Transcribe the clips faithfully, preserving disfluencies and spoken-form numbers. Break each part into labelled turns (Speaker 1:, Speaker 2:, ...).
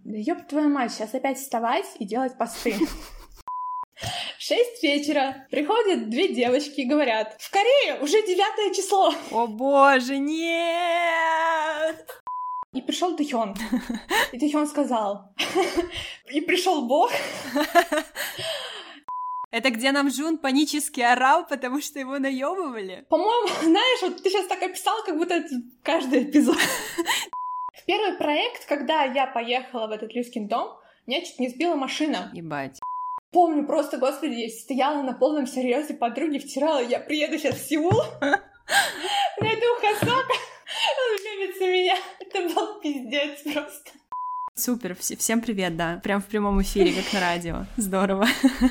Speaker 1: Да ёб твою мать, сейчас опять вставать и делать посты. В шесть вечера приходят две девочки и говорят: в Корее уже девятое число.
Speaker 2: О боже, нет!
Speaker 1: И пришел Тэхён. И Тэхён сказал: и пришел Бог.
Speaker 2: Это где Намджун панически орал, потому что его наебывали?
Speaker 1: По-моему, знаешь, вот ты сейчас так описал, как будто это каждый эпизод. В первый проект, когда я поехала в этот Люськин дом, меня чуть не сбила машина.
Speaker 2: Ебать.
Speaker 1: Помню просто, господи, я стояла на полном серьезе, подруги втирала: я приеду сейчас в Сеул, найду Хосока, он влюбится в меня. Это был пиздец просто.
Speaker 2: Супер, всем привет, да, прям в прямом эфире, как на радио. Здорово.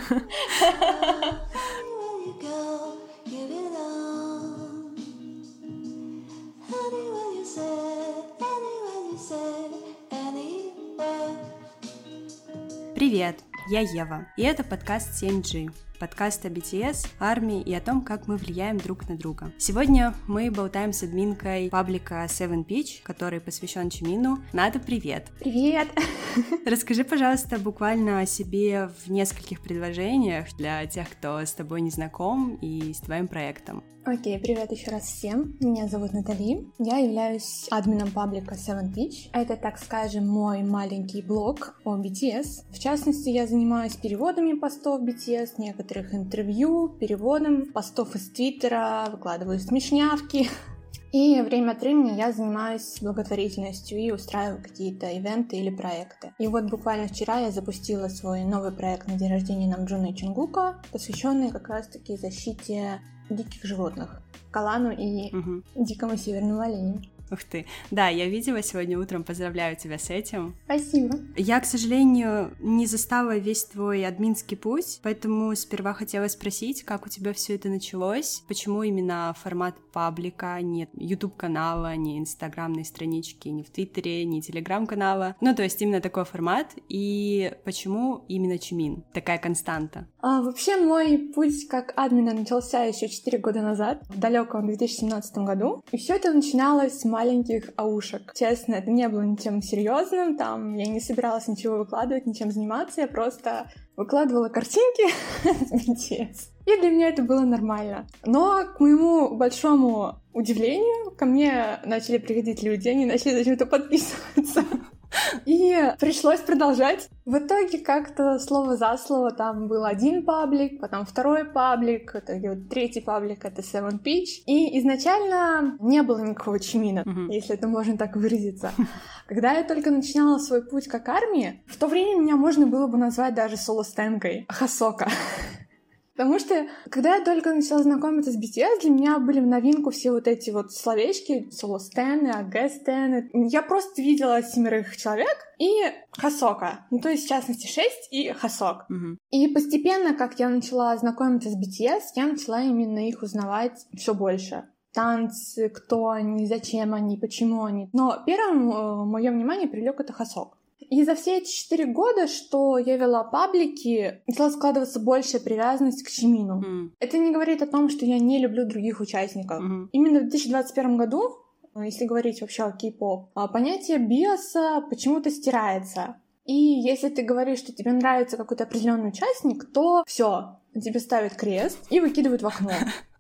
Speaker 2: Привет, я Ева, и это подкаст семь джи. Подкаст о би ти эс, армии и о том, как мы влияем друг на друга. Сегодня мы болтаем с админкой паблика Seven Pitch, который посвящен Чимину. Ната, привет!
Speaker 1: Привет!
Speaker 2: Расскажи, пожалуйста, буквально о себе в нескольких предложениях для тех, кто с тобой не знаком и с твоим проектом.
Speaker 1: Окей, привет еще раз всем. Меня зовут Натали. Я являюсь админом паблика Seven Pitch. Это, так скажем, мой маленький блог о би ти эс. В частности, я занимаюсь переводами постов би ти эс, некоторых интервью, переводом постов из Твиттера, выкладываю смешнявки. И время от времени я занимаюсь благотворительностью и устраиваю какие-то ивенты или проекты. И вот буквально вчера я запустила свой новый проект на день рождения Намджуна и Чонгука, посвященный как раз-таки защите диких животных, калану и угу. дикому северному оленю.
Speaker 2: Ух ты. Да, я видела сегодня утром, поздравляю тебя с этим.
Speaker 1: Спасибо.
Speaker 2: Я, к сожалению, не застала весь твой админский путь, поэтому сперва хотела спросить, как у тебя все это началось, почему именно формат паблика, нет YouTube-канала, не инстаграмной странички, ни в Твиттере, ни телеграм-канала, ну, то есть именно такой формат, и почему именно Чимин, такая константа?
Speaker 1: А, вообще, мой путь как админа начался еще четыре года назад, в далеком две тысячи семнадцатом году, и все это начиналось с маленьких аушек. Честно, это не было ничем серьезным, там я не собиралась ничего выкладывать, ничем заниматься, я просто выкладывала картинки с би ти эс. И для меня это было нормально. Но, к моему большому удивлению, ко мне начали приходить люди, они начали зачем-то подписываться. И пришлось продолжать. В итоге как-то слово за слово там был один паблик, потом второй паблик, в итоге вот третий паблик — это Seven Pitch. И изначально не было никакого Чимина, mm-hmm. если это можно так выразиться. Когда я только начинала свой путь как армии, в то время меня можно было бы назвать даже соло-стенкой Хосока. Потому что, когда я только начала знакомиться с би ти эс, для меня были в новинку все вот эти вот словечки, соло-стены, аг-стены. Я просто видела семерых человек и Хосока. Ну, то есть, в частности, шесть и Хосок.
Speaker 2: Mm-hmm.
Speaker 1: И постепенно, как я начала знакомиться с би ти эс, я начала именно их узнавать все больше. Танцы, кто они, зачем они, почему они. Но первым э, мое внимание привлек это Хосок. И за все эти четыре года, что я вела паблики, начала складываться большая привязанность к Чимину.
Speaker 2: Mm.
Speaker 1: Это не говорит о том, что я не люблю других участников.
Speaker 2: Mm-hmm.
Speaker 1: Именно в две тысячи двадцать первом году, если говорить вообще о кей-поп, понятие биоса почему-то стирается. И если ты говоришь, что тебе нравится какой-то определенный участник, то все, тебе ставят крест и выкидывают в окно.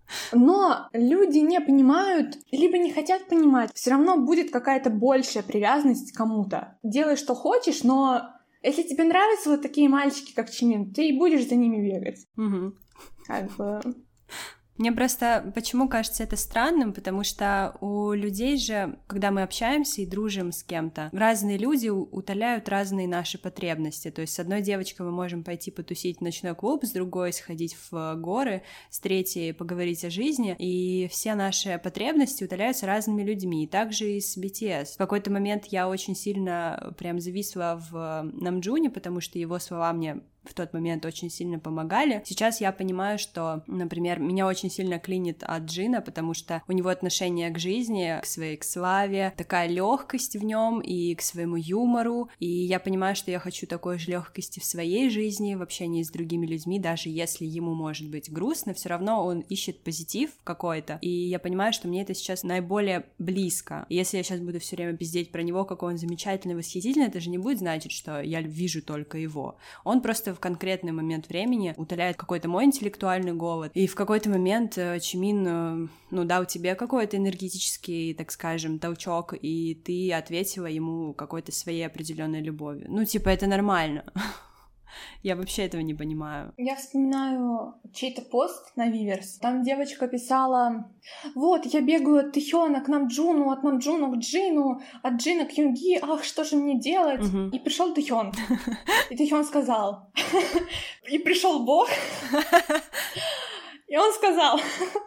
Speaker 1: Но люди не понимают, либо не хотят понимать. Все равно будет какая-то большая привязанность к кому-то. Делай, что хочешь, но если тебе нравятся вот такие мальчики, как Чимин, ты и будешь за ними бегать.
Speaker 2: Угу.
Speaker 1: Как бы...
Speaker 2: Мне просто почему кажется это странным, потому что у людей же, когда мы общаемся и дружим с кем-то, разные люди утоляют разные наши потребности. То есть с одной девочкой мы можем пойти потусить в ночной клуб, с другой сходить в горы, с третьей поговорить о жизни, и все наши потребности утоляются разными людьми. И также и с би ти эс. В какой-то момент я очень сильно прям зависла в Намджуне, потому что его слова мне в тот момент очень сильно помогали. Сейчас я понимаю, что, например, меня очень сильно клинит от Джина, потому что у него отношение к жизни, к своей к славе, такая легкость в нем и к своему юмору, и я понимаю, что я хочу такой же легкости в своей жизни, в общении с другими людьми, даже если ему может быть грустно, все равно он ищет позитив какой-то, и я понимаю, что мне это сейчас наиболее близко. И если я сейчас буду все время пиздеть про него, какой он замечательный, восхитительный, это же не будет значить, что я вижу только его. Он просто в конкретный момент времени утоляет какой-то мой интеллектуальный голод, и в какой-то момент Чимин, ну, дал тебе какой-то энергетический, так скажем, толчок, и ты ответила ему какой-то своей определенной любовью. Ну, типа, это нормально. Я вообще этого не понимаю.
Speaker 1: Я вспоминаю чей-то пост на Виверс. Там девочка писала: вот, я бегаю от Тэхёна к Намджуну, от Намджуна к Джину, от Джина к Юнги, ах, что же мне делать? Угу. И пришел Тэхён. И Тэхён сказал... И пришел Бог. И он сказал: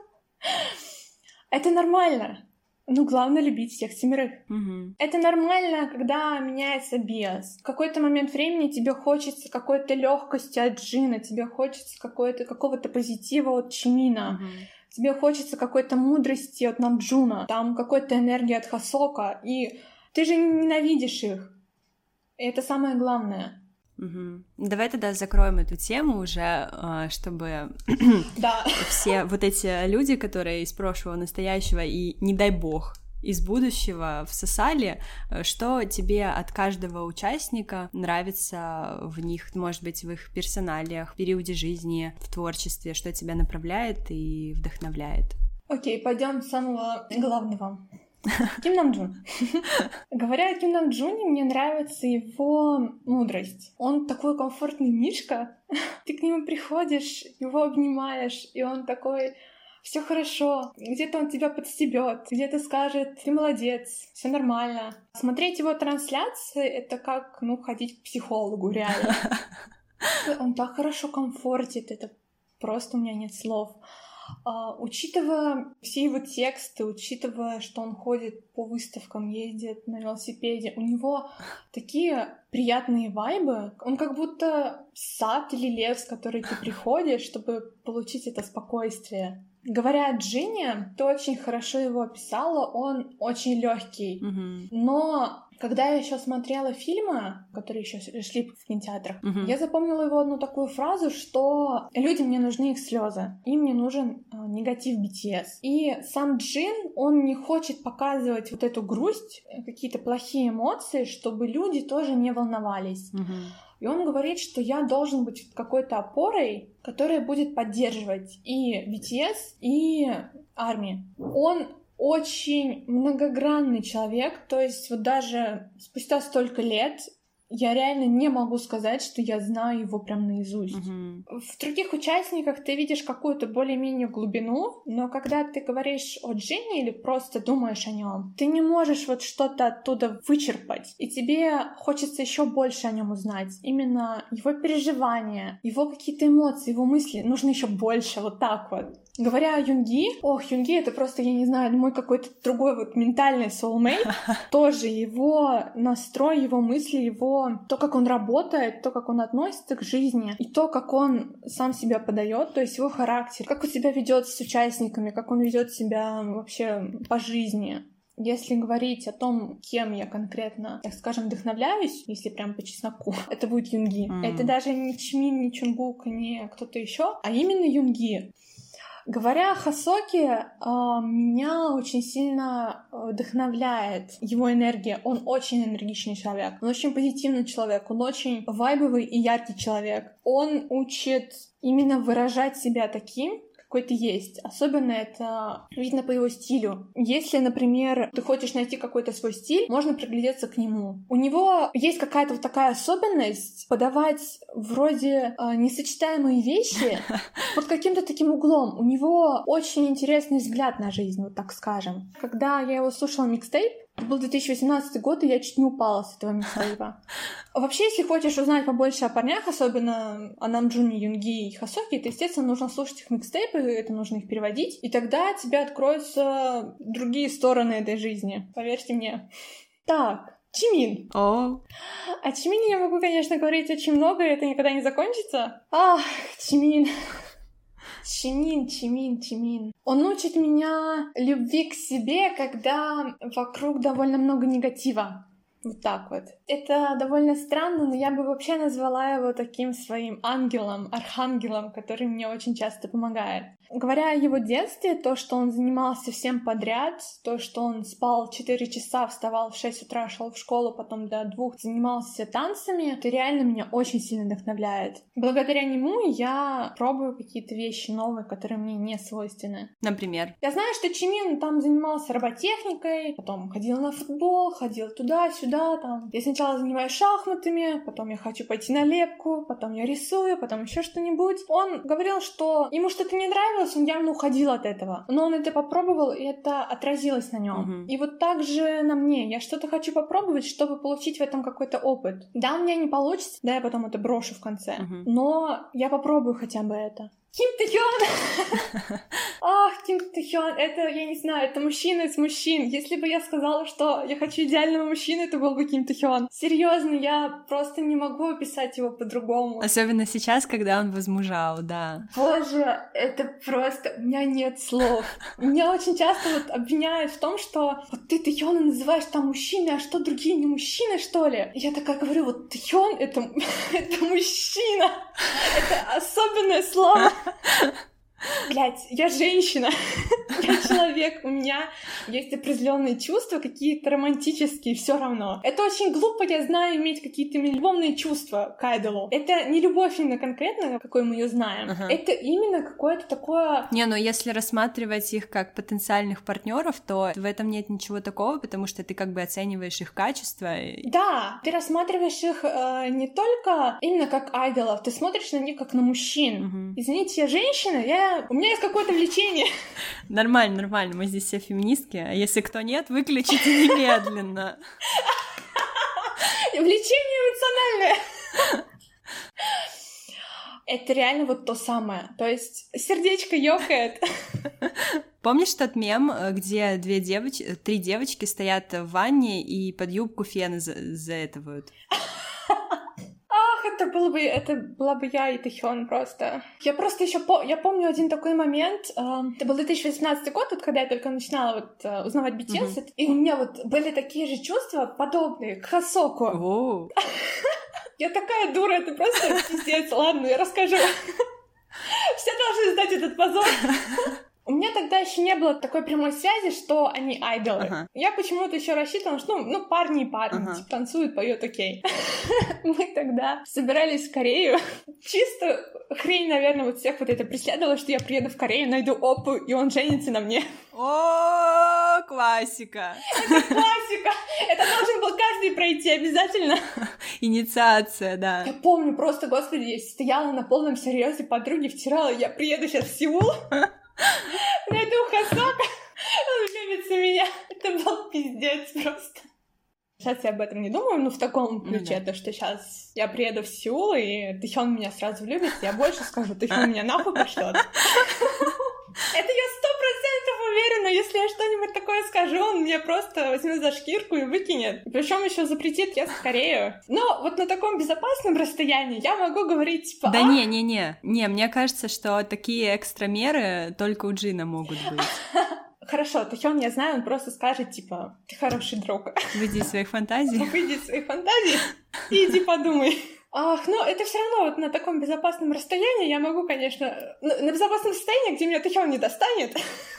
Speaker 1: это нормально. Ну, главное любить всех семерых. Mm-hmm. Это нормально, когда меняется биос. В какой-то момент времени тебе хочется какой-то легкости от Джина, тебе хочется какой-то, какого-то позитива от Чимина, mm-hmm. тебе хочется какой-то мудрости от Намджуна, там какой-то энергии от Хосока, и ты же ненавидишь их. И это самое главное.
Speaker 2: Угу. Давай тогда закроем эту тему уже, чтобы
Speaker 1: да.
Speaker 2: все вот эти люди, которые из прошлого, настоящего и, не дай бог, из будущего всосали, что тебе от каждого участника нравится в них, может быть, в их персоналиях, в периоде жизни, в творчестве, что тебя направляет и вдохновляет.
Speaker 1: Окей, пойдем с самого главного. Ким Намджун. Говоря о Ким Намджуне, мне нравится его мудрость. Он такой комфортный мишка. Ты к нему приходишь, его обнимаешь, и он такой: все хорошо. Где-то он тебя подстебет, где-то скажет: ты молодец, все нормально. Смотреть его трансляции — это как, ну, ходить к психологу, реально. Он так хорошо комфортит, это просто у меня нет слов. Uh, учитывая все его тексты, учитывая, что он ходит по выставкам, ездит на велосипеде, у него такие приятные вайбы. Он как будто сад или лес, в который ты приходишь, чтобы получить это спокойствие. Говоря о Джине, ты очень хорошо его описала, он очень легкий, mm-hmm. но когда я еще смотрела фильмы, которые еще шли в кинотеатрах, mm-hmm. я запомнила его одну такую фразу, что людям не нужны их слезы, им не нужен э, негатив би ти эс. И сам Джин, он не хочет показывать вот эту грусть, какие-то плохие эмоции, чтобы люди тоже не волновались. Mm-hmm. И он говорит, что я должен быть какой-то опорой, которая будет поддерживать и би ти эс, и армию. Он очень многогранный человек, то есть вот даже спустя столько лет я реально не могу сказать, что я знаю его прям наизусть. Mm-hmm. В других участниках ты видишь какую-то более-менее глубину, но когда ты говоришь о Джине или просто думаешь о нем, ты не можешь вот что-то оттуда вычерпать, и тебе хочется еще больше о нем узнать. Именно его переживания, его какие-то эмоции, его мысли нужно еще больше, вот так вот. Говоря о Юнги, ох, Юнги — это просто, я не знаю, мой какой-то другой вот ментальный soulmate. Тоже его настрой, его мысли, его то, как он работает, то, как он относится к жизни, и то, как он сам себя подает, то есть его характер, как он себя ведет с участниками, как он ведет себя вообще по жизни. Если говорить о том, кем я конкретно, так скажем, вдохновляюсь, если прям по чесноку, это будет Юнги. Mm. Это даже не Чимин, не Чунгук, не кто-то еще, а именно Юнги. Говоря о Хосоке, меня очень сильно вдохновляет его энергия. Он очень энергичный человек, он очень позитивный человек, он очень вайбовый и яркий человек. Он учит именно выражать себя таким, какой ты есть. Особенно это видно по его стилю. Если, например, ты хочешь найти какой-то свой стиль, можно приглядеться к нему. У него есть какая-то вот такая особенность подавать вроде э, несочетаемые вещи под каким-то таким углом. У него очень интересный взгляд на жизнь, вот так скажем. Когда я его слушала микстейп, это был две тысячи восемнадцатый год, и я чуть не упала с этого микстейпа. Вообще, если хочешь узнать побольше о парнях, особенно о Намджуне, Юнги и Хосоке, то, естественно, нужно слушать их микстейпы, это нужно их переводить, и тогда тебе откроются другие стороны этой жизни. Поверьте мне. Так, Чимин.
Speaker 2: О.
Speaker 1: О Чимине я могу, конечно, говорить очень много, и это никогда не закончится. Ах, Чимин. Чимин, Чимин, Чимин. Он учит меня любви к себе, когда вокруг довольно много негатива. Вот так вот. Это довольно странно, но я бы вообще назвала его таким своим ангелом, архангелом, который мне очень часто помогает. Говоря о его детстве, то, что он занимался всем подряд, то, что он спал четыре часа, вставал в шесть утра, шел в школу, потом до двух занимался танцами, это реально меня очень сильно вдохновляет. Благодаря нему я пробую какие-то вещи новые, которые мне не свойственны.
Speaker 2: Например?
Speaker 1: Я знаю, что Чимин там занимался роботехникой, потом ходил на футбол, ходил туда-сюда, там. Я сначала занимаюсь шахматами, потом я хочу пойти на лепку, потом я рисую, потом еще что-нибудь. Он говорил, что ему что-то не нравилось, он явно уходил от этого. Но он это попробовал, и это отразилось на нем.
Speaker 2: Uh-huh.
Speaker 1: И вот так же на мне. Я что-то хочу попробовать, чтобы получить в этом какой-то опыт. Да, у меня не получится, да, я потом это брошу в конце.
Speaker 2: Uh-huh.
Speaker 1: Но я попробую хотя бы это. Ким Тэ-хён! Ах, Ким Тэ-хён, это, я не знаю, это мужчина из мужчин. Если бы я сказала, что я хочу идеального мужчину, это был бы Ким Тэ-хён. Серьезно, я просто не могу описать его по-другому.
Speaker 2: Особенно сейчас, когда он возмужал, да.
Speaker 1: Боже, это просто... У меня нет слов. Меня очень часто вот обвиняют в том, что вот ты Тэ-хёна называешь там мужчиной, а что, другие не мужчины, что ли? И я такая говорю, вот Тэ-хён — это, это мужчина. Это особенное слово. Блять, я женщина, я человек, у меня есть определенные чувства, какие-то романтические, все равно. Это очень глупо, я знаю, иметь какие-то любовные чувства к айдолу. Это не любовь именно конкретно, какой мы ее знаем. Uh-huh. Это именно какое-то такое...
Speaker 2: Не, ну если рассматривать их как потенциальных партнеров, то в этом нет ничего такого, потому что ты как бы оцениваешь их качество.
Speaker 1: Да, ты рассматриваешь их э, не только именно как айдолов, ты смотришь на них как на мужчин. Uh-huh. Извините, я женщина, я у меня есть какое-то влечение.
Speaker 2: Нормально, нормально, мы здесь все феминистки, а если кто нет, выключите немедленно.
Speaker 1: Влечение эмоциональное. Это реально вот то самое, то есть сердечко ёкает.
Speaker 2: Помнишь тот мем, где две девочки, три девочки стоят в ванне и под юбку фен заэтывают?
Speaker 1: Это было бы, это была бы я и Тэ-хён просто. Я просто еще по... я помню один такой момент. Э, это был две тысячи восемнадцатый год, вот когда я только начинала вот э, узнавать би ти эс, uh-huh. и у меня вот были такие же чувства, подобные к Хосоку.
Speaker 2: Oh.
Speaker 1: Я такая дура, это просто пиздец. Ладно, я расскажу. Все должны знать этот позор. У меня тогда еще не было такой прямой связи, что они айдолы. Uh-huh. Я почему-то еще рассчитывала, что ну, ну парни и парни, uh-huh. типа, танцуют, поют, окей. Мы тогда собирались в Корею. Чисто хрень, наверное, вот всех вот это преследовала, что я приеду в Корею, найду Оппу, и он женится на мне.
Speaker 2: О, классика!
Speaker 1: Это классика! Это должен был каждый пройти обязательно.
Speaker 2: Инициация, да.
Speaker 1: Я помню, просто, господи, я стояла на полном серьезе, подруги втирала, я приеду сейчас в Сеул, найду Хосока, он влюбится в меня. Это был пиздец просто. Сейчас я об этом не думаю, но в таком ключе, ну, да. То, что сейчас я приеду в Сеул, и Тэ-хён меня сразу влюбит, я больше скажу, Тэ-хён меня нахуй пошлёт. Это я сто процентов уверена, если я что-нибудь такое скажу, он меня просто возьмет за шкирку и выкинет. Причем еще запретит ехать в Корею. Но вот на таком безопасном расстоянии я могу говорить типа...
Speaker 2: Да не-не-не, не, мне кажется, что такие экстрамеры только у Джина могут быть.
Speaker 1: Хорошо, Тэ-хён, я знаю, он просто скажет, типа, ты хороший друг.
Speaker 2: Выйди из своих фантазий.
Speaker 1: Выйди из своих фантазий и иди подумай. Ах, ну это все равно вот на таком безопасном расстоянии я могу, конечно... На, на безопасном расстоянии, где меня Тэ-хён не достанет,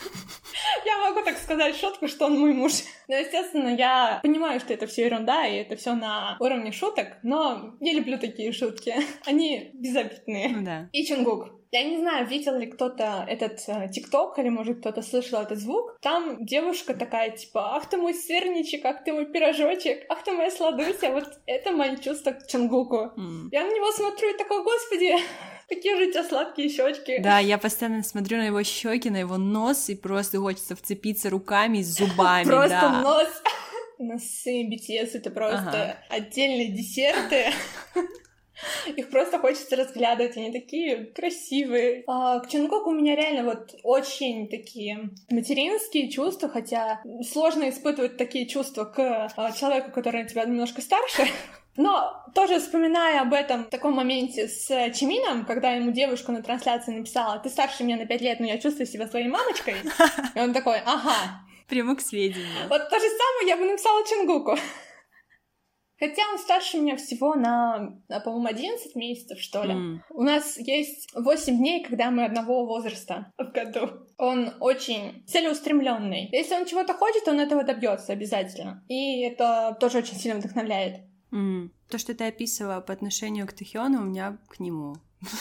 Speaker 1: я могу так сказать шутку, что он мой муж. Но, естественно, я понимаю, что это все ерунда, и это все на уровне шуток, но я люблю такие шутки. Они безобидные.
Speaker 2: Ну да.
Speaker 1: И Чонгук. Я не знаю, видел ли кто-то этот ТикТок, э, или, может, кто-то слышал этот звук. Там девушка такая, типа, ах ты мой сырничек, ах ты мой пирожочек, ах ты моя сладуся. Вот это мои чувства к Чонгуку. Mm. Я на него смотрю и такой, господи, какие же у тебя сладкие щечки.
Speaker 2: Да, я постоянно смотрю на его щеки, на его нос, и просто хочется вцепиться руками и зубами.
Speaker 1: Просто нос. Носы би ти эс — это просто отдельные десерты. Их просто хочется разглядывать, они такие красивые. А, к Чонгуку у меня реально вот очень такие материнские чувства, хотя сложно испытывать такие чувства к а, человеку, который на тебя немножко старше. Но тоже вспоминая об этом в таком моменте с Чимином, когда ему девушка на трансляции написала: «Ты старше меня на пять лет, но я чувствую себя своей мамочкой». И он такой: «Ага».
Speaker 2: Приму к сведению.
Speaker 1: Вот то же самое я бы написала Чонгуку. Хотя он старше меня всего на, на по-моему, одиннадцать месяцев, что ли. Mm. У нас есть восемь дней, когда мы одного возраста в году. Он очень целеустремленный. Если он чего-то хочет, он этого добьется обязательно. И это тоже очень сильно вдохновляет.
Speaker 2: Mm. То, что ты описывала по отношению к Тэхёну, у меня к нему.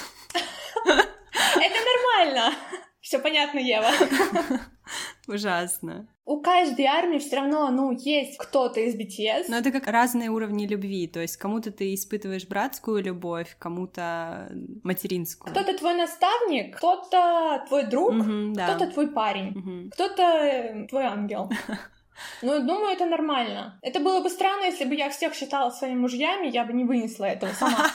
Speaker 1: Это нормально. Все понятно, Ева.
Speaker 2: Ужасно.
Speaker 1: У каждой армии все равно, ну, есть кто-то из би ти эс.
Speaker 2: Но это как разные уровни любви, то есть кому-то ты испытываешь братскую любовь, кому-то материнскую.
Speaker 1: Кто-то твой наставник, кто-то твой друг,
Speaker 2: mm-hmm, да.
Speaker 1: кто-то твой парень, mm-hmm. кто-то твой ангел. Ну, думаю, это нормально. Это было бы странно, если бы я всех считала своими мужьями, я бы не вынесла этого сама.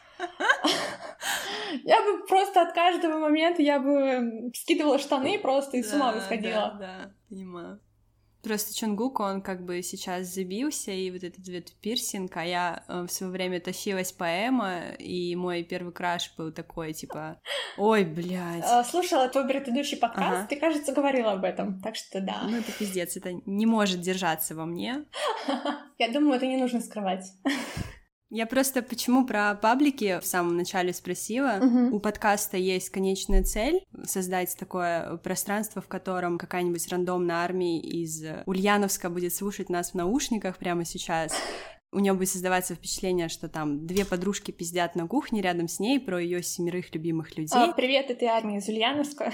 Speaker 1: Я бы просто от каждого момента я бы скидывала штаны просто и с ума бы сходила.
Speaker 2: Да, да, понимаю. Просто Чонгук, он как бы сейчас забился, и вот этот вот пирсинг, а я э, в свое время тащилась по эмо, и мой первый краш был такой, типа, ой, блядь.
Speaker 1: Слушала твой предыдущий подкаст, ага. Ты, кажется, говорила об этом, так что да.
Speaker 2: Ну, это пиздец, это не может держаться во мне.
Speaker 1: Я думаю, это не нужно скрывать.
Speaker 2: Я просто почему про паблики в самом начале спросила.
Speaker 1: Uh-huh.
Speaker 2: У подкаста есть конечная цель — создать такое пространство, в котором какая-нибудь рандомная армия из Ульяновска будет слушать нас в наушниках прямо сейчас. У нее будет создаваться впечатление, что там две подружки пиздят на кухне рядом с ней про ее семерых любимых людей.
Speaker 1: А, привет, этой армии из Ульяновска.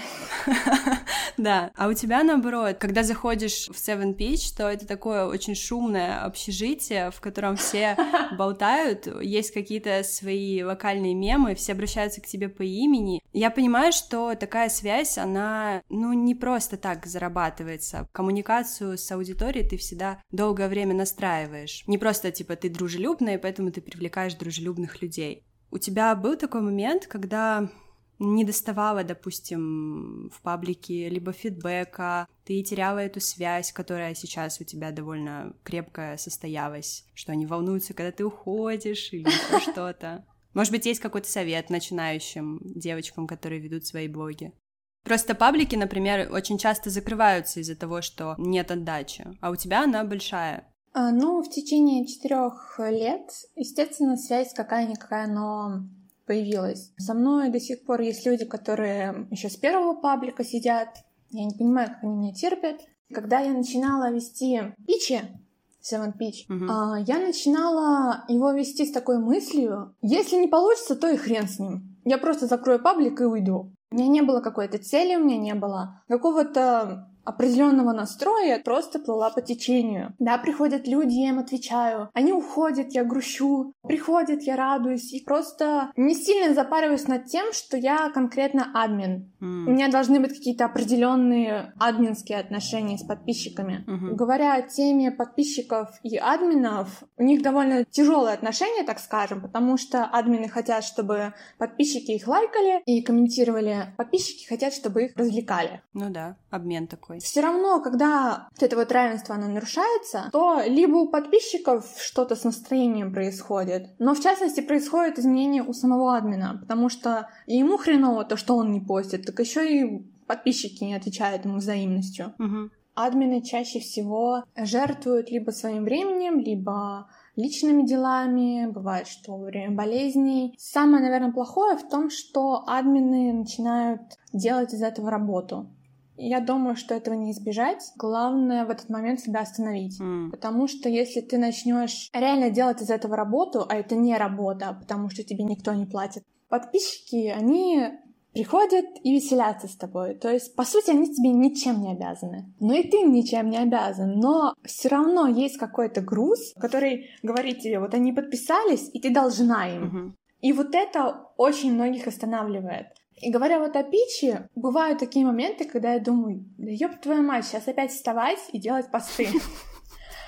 Speaker 2: Да, а у тебя наоборот, когда заходишь в Seven Pitch, то это такое очень шумное общежитие, в котором все болтают, есть какие-то свои локальные мемы, все обращаются к тебе по имени. Я понимаю, что такая связь, она, ну, не просто так зарабатывается. Коммуникацию с аудиторией ты всегда долгое время настраиваешь. Не просто, типа, ты дружелюбная, и поэтому ты привлекаешь дружелюбных людей. У тебя был такой момент, когда не доставала, допустим, в паблике либо фидбэка, ты теряла эту связь, которая сейчас у тебя довольно крепко состоялась, что они волнуются, когда ты уходишь или еще что-то? Может быть, есть какой-то совет начинающим девочкам, которые ведут свои блоги? Просто паблики, например, очень часто закрываются из-за того, что нет отдачи, а у тебя она большая.
Speaker 1: А, ну, в течение четырех лет, естественно, связь какая-никакая, но появилась. Со мной до сих пор есть люди, которые еще с первого паблика сидят. Я не понимаю, как они меня терпят. Когда я начинала вести питчи, Seven Pitch, uh-huh. я начинала его вести с такой мыслью: если не получится, то и хрен с ним. Я просто закрою паблик и уйду. У меня не было какой-то цели, у меня не было какого-то определенного настроя, просто плыла по течению. Да, приходят люди, я им отвечаю. Они уходят, я грущу. Приходят, я радуюсь. И просто не сильно запариваюсь над тем, что я конкретно админ. Mm. У меня должны быть какие-то определенные админские отношения с подписчиками. Mm-hmm. Говоря о теме подписчиков и админов, у них довольно тяжелые отношения, так скажем, потому что админы хотят, чтобы подписчики их лайкали и комментировали. Подписчики хотят, чтобы их развлекали.
Speaker 2: Ну да, обмен такой.
Speaker 1: Все равно, когда вот это вот равенство, оно нарушается, то либо у подписчиков что-то с настроением происходит, но в частности происходит изменение у самого админа, потому что и ему хреново то, что он не постит, так еще и подписчики не отвечают ему взаимностью.
Speaker 2: Угу.
Speaker 1: Админы чаще всего жертвуют либо своим временем, либо личными делами, бывает, что во время болезней. Самое, наверное, плохое в том, что админы начинают делать из этого работу. Я думаю, что этого не избежать. Главное в этот момент себя остановить. Mm. Потому что если ты начнешь реально делать из этого работу, а это не работа, потому что тебе никто не платит, подписчики, они приходят и веселятся с тобой. То есть, по сути, они тебе ничем не обязаны. Но и ты ничем не обязан. Но все равно есть какой-то груз, который говорит тебе: вот они подписались, и ты должна им.
Speaker 2: Mm-hmm.
Speaker 1: И вот это очень многих останавливает. И говоря вот о питче, бывают такие моменты, когда я думаю: да ёб твою мать, сейчас опять вставать и делать посты.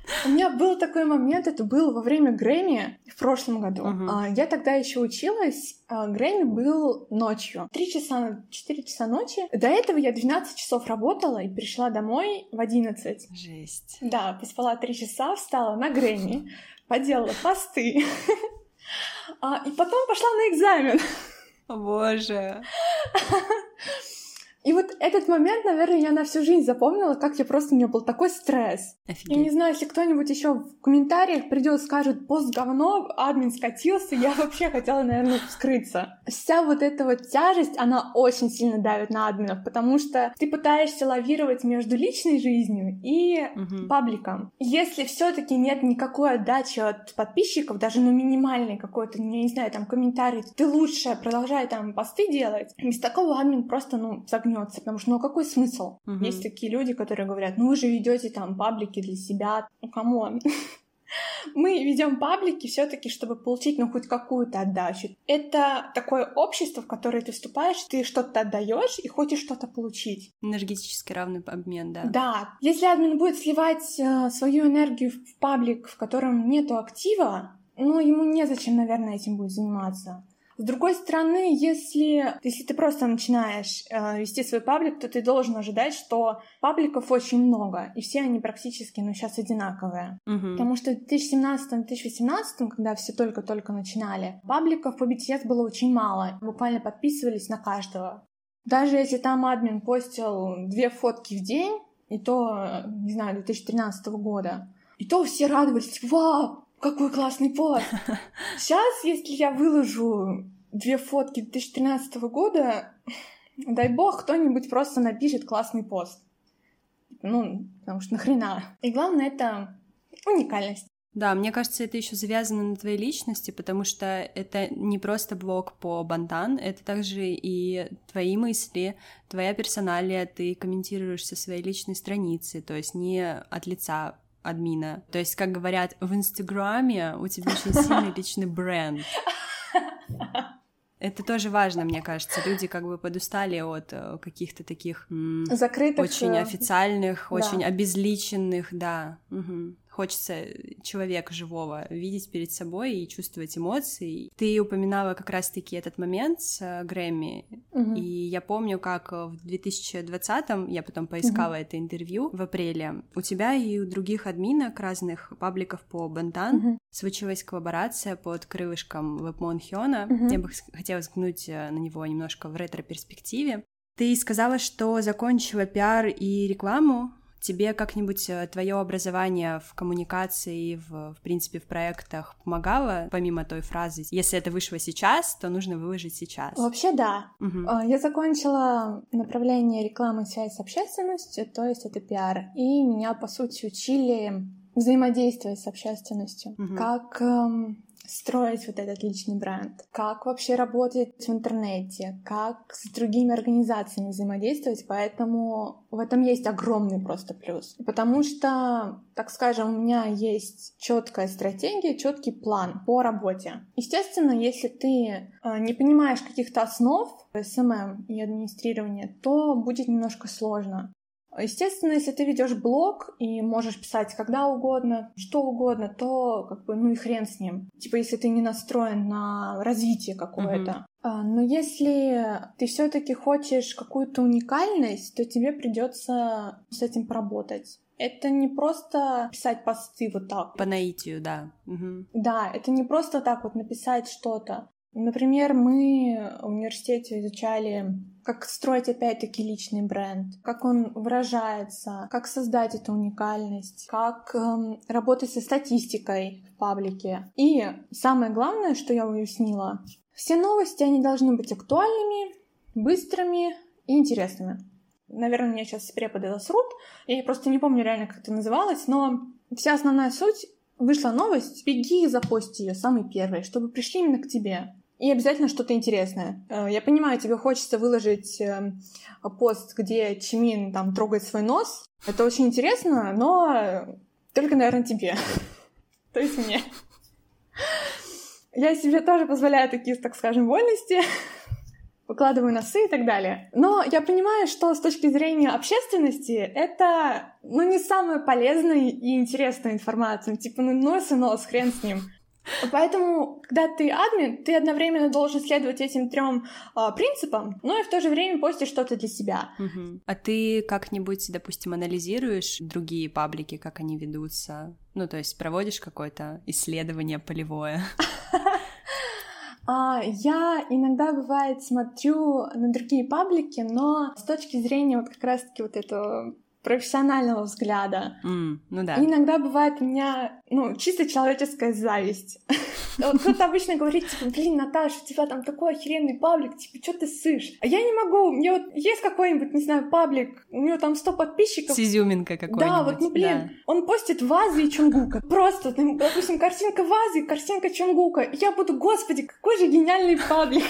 Speaker 1: У меня был такой момент, это было во время Грэмми в прошлом году. Uh-huh. Я тогда еще училась, Грэмми был ночью. Три часа, четыре часа ночи. До этого я двенадцать часов работала и пришла домой в одиннадцать.
Speaker 2: Жесть.
Speaker 1: Да, поспала три часа, встала на Грэмми, поделала посты. И потом пошла на экзамен.
Speaker 2: О, боже.
Speaker 1: И вот этот момент, наверное, я на всю жизнь запомнила, как я просто, у меня был такой стресс.
Speaker 2: Офигеть.
Speaker 1: И не знаю, если кто-нибудь еще в комментариях придет, скажет, пост говно, админ скатился, я вообще хотела, наверное, вскрыться. Вся вот эта вот тяжесть, она очень сильно давит на админов, потому что ты пытаешься лавировать между личной жизнью и угу. пабликом. Если все-таки нет никакой отдачи от подписчиков, даже ну минимальной какой-то, я не знаю, там комментарий, ты лучше продолжай там посты делать. Без такого админ просто, ну, загнется. Потому что, ну, какой смысл? Uh-huh. Есть такие люди, которые говорят, ну, вы же ведете там паблики для себя. Ну, камон. Мы ведем паблики все-таки, чтобы получить, ну, хоть какую-то отдачу. Это такое общество, в которое ты вступаешь, ты что-то отдаешь и хочешь что-то получить.
Speaker 2: Энергетически равный обмен, да.
Speaker 1: Да. Если админ будет сливать э, свою энергию в паблик, в котором нету актива, ну, ему незачем, наверное, этим будет заниматься. С другой стороны, если, если ты просто начинаешь э, вести свой паблик, то ты должен ожидать, что пабликов очень много, и все они практически, ну, сейчас одинаковые. Uh-huh. Потому что в две тысячи семнадцатом - две тысячи восемнадцатом, когда все только-только начинали, пабликов по би ти эс было очень мало, буквально подписывались на каждого. Даже если там админ постил две фотки в день, и то, не знаю, две тысячи тринадцатого года, и то все радовались, вау! Какой классный пост! Сейчас, если я выложу две фотки две тысячи тринадцатого года, дай бог, кто-нибудь просто напишет классный пост. Ну, потому что нахрена. И главное, это уникальность.
Speaker 2: Да, мне кажется, это еще завязано на твоей личности, потому что это не просто блог по Бантан, это также и твои мысли, твоя персоналия, ты комментируешь со своей личной страницы, то есть не от лица админа. То есть, как говорят, в Инстаграме у тебя очень сильный личный бренд. Это тоже важно, мне кажется. Люди как бы подустали от каких-то таких м-
Speaker 1: закрытых,
Speaker 2: очень официальных, да. очень обезличенных, да. Угу. Хочется человека живого видеть перед собой и чувствовать эмоции. Ты упоминала как раз-таки этот момент с Грэмми, угу. и я помню, как в две тысячи двадцатом, я потом поискала угу. это интервью в апреле, у тебя и у других админок разных пабликов по Бантан угу. случилась коллаборация под крылышком Webmon Hyuna. Угу. Я бы хотела взглянуть на него немножко в ретро-перспективе. Ты сказала, что закончила пиар и рекламу. Тебе как-нибудь твое образование в коммуникации, в, в принципе, в проектах помогало, помимо той фразы «если это вышло сейчас, то нужно выложить сейчас»?
Speaker 1: Вообще, да.
Speaker 2: Угу.
Speaker 1: Я закончила направление рекламы и связь с общественностью, то есть это пиар, и меня, по сути, учили взаимодействовать с общественностью, угу. как... Эм... строить вот этот личный бренд, как вообще работать в интернете, как с другими организациями взаимодействовать, поэтому в этом есть огромный просто плюс. Потому что, так скажем, у меня есть четкая стратегия, четкий план по работе. Естественно, если ты не понимаешь каких-то основ эс эм эм и администрирования, то будет немножко сложно. Естественно, если ты ведешь блог и можешь писать когда угодно, что угодно, то как бы ну и хрен с ним. Типа, если ты не настроен на развитие какое-то. Uh-huh. Но если ты все-таки хочешь какую-то уникальность, то тебе придется с этим поработать. Это не просто писать посты вот так.
Speaker 2: По наитию, да. Угу.
Speaker 1: Да, это не просто так вот написать что-то. Например, мы в университете изучали, как строить опять-таки личный бренд, как он выражается, как создать эту уникальность, как эм, работать со статистикой в паблике. И самое главное, что я уяснила, все новости, они должны быть актуальными, быстрыми и интересными. Наверное, меня сейчас преподы засрут, я просто не помню реально, как это называлось, но вся основная суть: вышла новость, беги и запости ее самой первой, чтобы пришли именно к тебе. И обязательно что-то интересное. Я понимаю, тебе хочется выложить пост, где Чимин там трогает свой нос. Это очень интересно, но только, наверное, тебе. То есть мне. Я себе тоже позволяю такие, так скажем, вольности. выкладываю носы и так далее. Но я понимаю, что с точки зрения общественности это, ну, не самая полезная и интересная информация. Типа, ну, нос и нос, хрен с ним. Поэтому, когда ты админ, ты одновременно должен следовать этим трем э, принципам, но и в то же время постишь что-то для себя.
Speaker 2: Угу. А ты как-нибудь, допустим, анализируешь другие паблики, как они ведутся? Ну, то есть проводишь какое-то исследование полевое?
Speaker 1: Я иногда, бывает, смотрю на другие паблики, но с точки зрения вот как раз-таки вот этого профессионального взгляда.
Speaker 2: Mm, ну да.
Speaker 1: И иногда бывает у меня, ну, чисто человеческая зависть. Вот кто-то обычно говорит, типа, блин, Наташа, у тебя там такой охеренный паблик, типа, что ты ссышь? А я не могу, мне вот есть какой-нибудь, не знаю, паблик, у него там сто подписчиков.
Speaker 2: С изюминкой какой-нибудь.
Speaker 1: Да, вот, ну, блин, да. Он постит вазы и Чонгука. Просто, допустим, картинка вазы, картинка Чонгука. И я буду, господи, какой же гениальный паблик.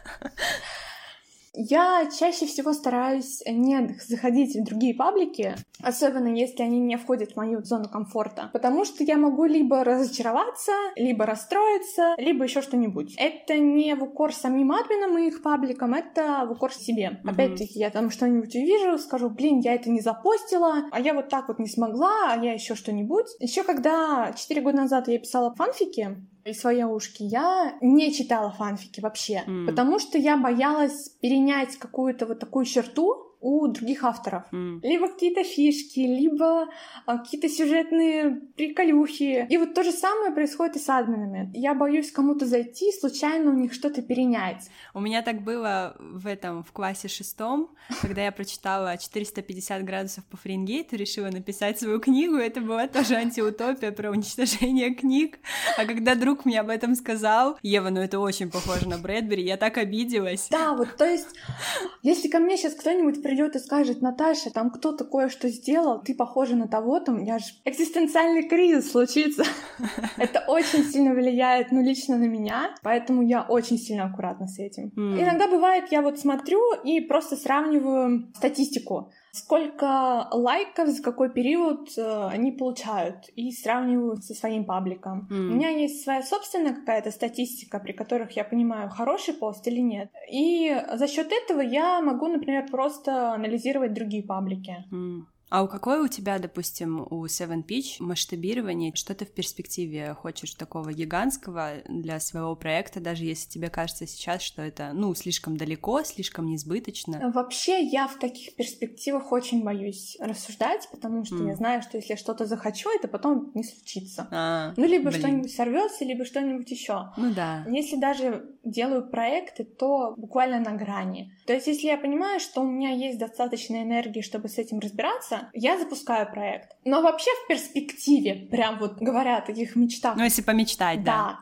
Speaker 1: Я чаще всего стараюсь не заходить в другие паблики, особенно если они не входят в мою зону комфорта, потому что я могу либо разочароваться, либо расстроиться, либо еще что-нибудь. Это не в укор самим админам и их пабликам, это в укор себе. Mm-hmm. Опять-таки, я там что-нибудь увижу, скажу, блин, я это не запостила, а я вот так вот не смогла, а я еще что-нибудь. Еще когда четыре года назад я писала фанфики, и свои ушки, я не читала фанфики вообще, mm. потому что я боялась перенять какую-то вот такую черту у других авторов. Mm. Либо какие-то фишки, либо а, какие-то сюжетные приколюхи. И вот то же самое происходит и с админами. Я боюсь кому-то зайти, случайно у них что-то перенять.
Speaker 2: У меня так было в этом, в классе шестом, когда я прочитала четыреста пятьдесят градусов по Фаренгейту, решила написать свою книгу. Это была тоже антиутопия про уничтожение книг. А когда друг мне об этом сказал, Ева, ну это очень похоже на Брэдбери, я так обиделась.
Speaker 1: Да, вот, то есть, если ко мне сейчас кто-нибудь придет и скажет, Наташа, там кто-то кое-что сделал, ты похожа на того, там, я же... Экзистенциальный кризис случится. Это очень сильно влияет, ну, лично на меня, поэтому я очень сильно аккуратна с этим. Mm. Иногда бывает, я вот смотрю и просто сравниваю статистику. Сколько лайков за какой период э, они получают, и сравниваю со своим пабликом. Mm. У меня есть своя собственная какая-то статистика, при которых я понимаю, хороший пост или нет. И за счет этого я могу, например, просто анализировать другие паблики.
Speaker 2: Mm. А у какой у тебя, допустим, у Seven Pitch масштабирование? Что ты в перспективе хочешь такого гигантского для своего проекта, даже если тебе кажется сейчас, что это, ну, слишком далеко, слишком несбыточно?
Speaker 1: Вообще, я в таких перспективах очень боюсь рассуждать, потому что mm. я знаю, что если я что-то захочу, это потом не случится.
Speaker 2: А,
Speaker 1: ну, либо
Speaker 2: блин.
Speaker 1: что-нибудь сорвется, либо что-нибудь еще.
Speaker 2: Ну да.
Speaker 1: Если даже делаю проекты, то буквально на грани. То есть, если я понимаю, что у меня есть достаточно энергии, чтобы с этим разбираться, я запускаю проект. Но вообще в перспективе, прям вот говоря о таких мечтах...
Speaker 2: Ну, если помечтать, да.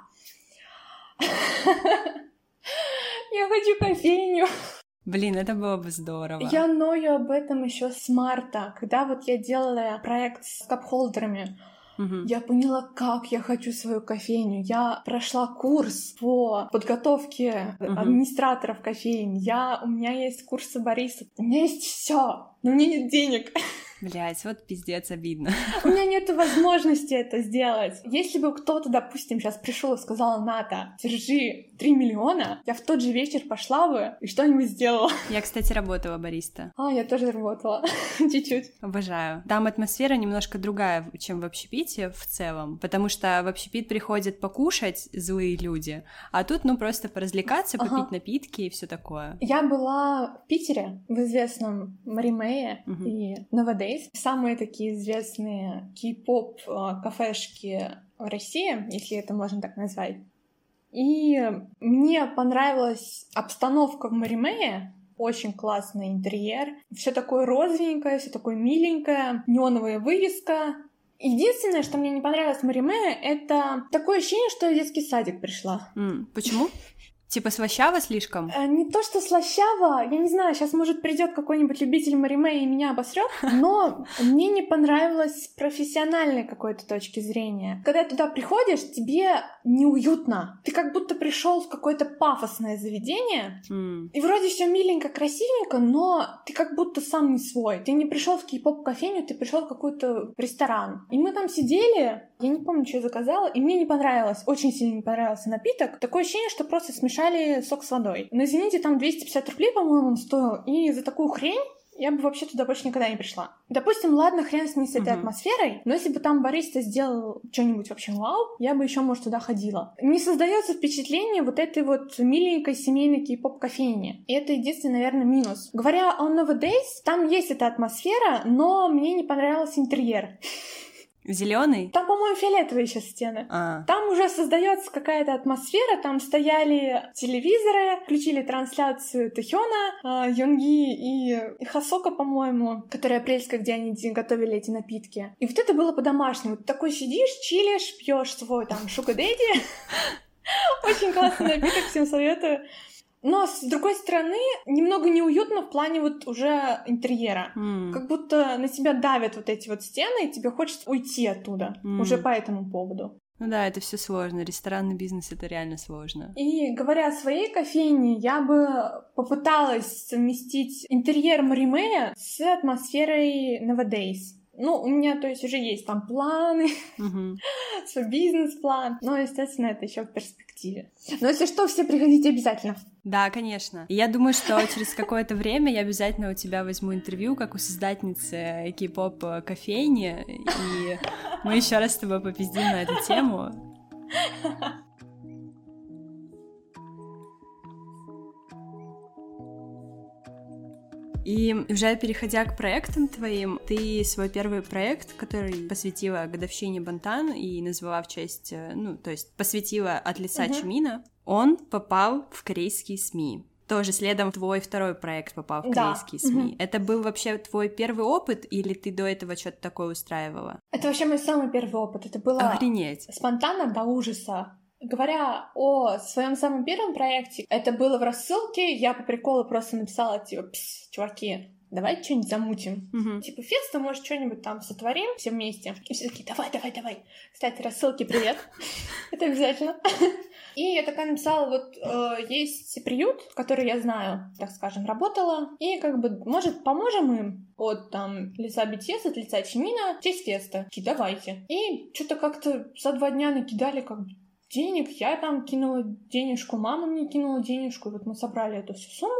Speaker 1: Да. Я хочу кофейню.
Speaker 2: Блин, это было бы здорово.
Speaker 1: Я ною об этом еще с марта, когда вот я делала проект с кап-холдерами.
Speaker 2: Угу.
Speaker 1: Я поняла, как я хочу свою кофейню. Я прошла курс по подготовке угу. администраторов кофеин. Я... У меня есть курсы бариста. У меня есть все, но у меня нет денег.
Speaker 2: Блять, вот пиздец обидно.
Speaker 1: У меня нет возможности это сделать. Если бы кто-то, допустим, сейчас пришел и сказал, Ната, держи три миллиона, я в тот же вечер пошла бы и что-нибудь сделала.
Speaker 2: Я, кстати, работала бариста.
Speaker 1: А, я тоже работала. Чуть-чуть.
Speaker 2: Обожаю. Там атмосфера немножко другая, чем в общепите в целом, потому что в общепит приходят покушать злые люди, а тут, ну, просто поразвлекаться, попить ага. напитки и все такое.
Speaker 1: Я была в Питере, в известном Маримее угу. и Новодей. Самые такие известные кей-поп кафешки в России, если это можно так назвать. И мне понравилась обстановка в Маримее. Очень классный интерьер. Все такое розовенькое, все такое миленькое, неоновая вывеска. Единственное, что мне не понравилось в Маримее, это такое ощущение, что я в детский садик пришла.
Speaker 2: Mm, почему? Типа слащаво слишком?
Speaker 1: Э, не то, что слащаво, я не знаю, сейчас, может, придет какой-нибудь любитель Маримэ и меня обосрет, но мне не понравилось с профессиональной какой-то точки зрения. Когда туда приходишь, тебе неуютно. Ты как будто пришел в какое-то пафосное заведение,
Speaker 2: mm.
Speaker 1: и вроде все миленько, красивенько, но ты как будто сам не свой. Ты не пришел в кей-поп-кофейню, ты пришел в какой-то ресторан. И мы там сидели, я не помню, что я заказала, и мне не понравилось, очень сильно не понравился напиток. Такое ощущение, что просто смешали смешали сок с водой. Но, извините, там двести пятьдесят рублей, по-моему, он стоил, и за такую хрень я бы вообще туда больше никогда не пришла. Допустим, ладно, хрен с ней с этой uh-huh. атмосферой, но если бы там бариста сделал что-нибудь вообще вау, я бы еще, может, туда ходила. Не создается впечатление вот этой вот миленькой семейной кей-поп-кофейни. И это единственный, наверное, минус. Говоря о Nowadays, там есть эта атмосфера, но мне не понравился интерьер.
Speaker 2: Зеленый?
Speaker 1: Там, по-моему, фиолетовые еще стены.
Speaker 2: А.
Speaker 1: Там уже создается какая-то атмосфера, там стояли телевизоры, включили трансляцию Тэхёна, Юнги и Хасока, по-моему, которая апрельская, где они готовили эти напитки. И вот это было по-домашнему. Ты такой сидишь, чилишь, пьешь свой там шугадэдди. Очень классный напиток, всем советую. Но, с другой стороны, немного неуютно в плане вот уже интерьера. Mm. Как будто на тебя давят вот эти вот стены, и тебе хочется уйти оттуда. Mm. Уже по этому поводу.
Speaker 2: Ну да, это все сложно. Ресторанный бизнес — это реально сложно.
Speaker 1: И говоря о своей кофейне, я бы попыталась совместить интерьер Моримея с атмосферой Nowadays. Ну, у меня, то есть, уже есть там планы, uh-huh. свой бизнес-план, но, естественно, это еще в перспективе. Но если что, все приходите обязательно.
Speaker 2: Да, конечно. И я думаю, что через какое-то время я обязательно у тебя возьму интервью, как у создательницы кей-поп кофейни, и мы еще раз с тобой попиздим на эту тему. И уже переходя к проектам твоим, ты свой первый проект, который посвятила годовщине Бантан и назвала в честь, ну, то есть посвятила от лица uh-huh. Чимина, он попал в корейские СМИ. Тоже следом твой второй проект попал в
Speaker 1: да.
Speaker 2: корейские СМИ. Uh-huh. Это был вообще твой первый опыт, или ты до этого что-то такое устраивала?
Speaker 1: Это вообще мой самый первый опыт. Это было
Speaker 2: Охренеть.
Speaker 1: Спонтанно до ужаса. Говоря о своем самом первом проекте, это было в рассылке, я по приколу просто написала, типа, пс, чуваки, давайте что-нибудь замутим. Uh-huh. Типа, феста, может, что-нибудь там сотворим все вместе. И все такие, давай, давай, давай. Кстати, рассылки, привет. Это обязательно. И я такая написала, вот э, есть приют, который я знаю, так скажем, работала, и как бы, может, поможем им от там лица би ти эс, от лица Чимина, в честь феста. Такие, давайте. И что-то как-то за два дня накидали как бы денег, я там кинула денежку, мама мне кинула денежку, и вот мы собрали эту всю сумму.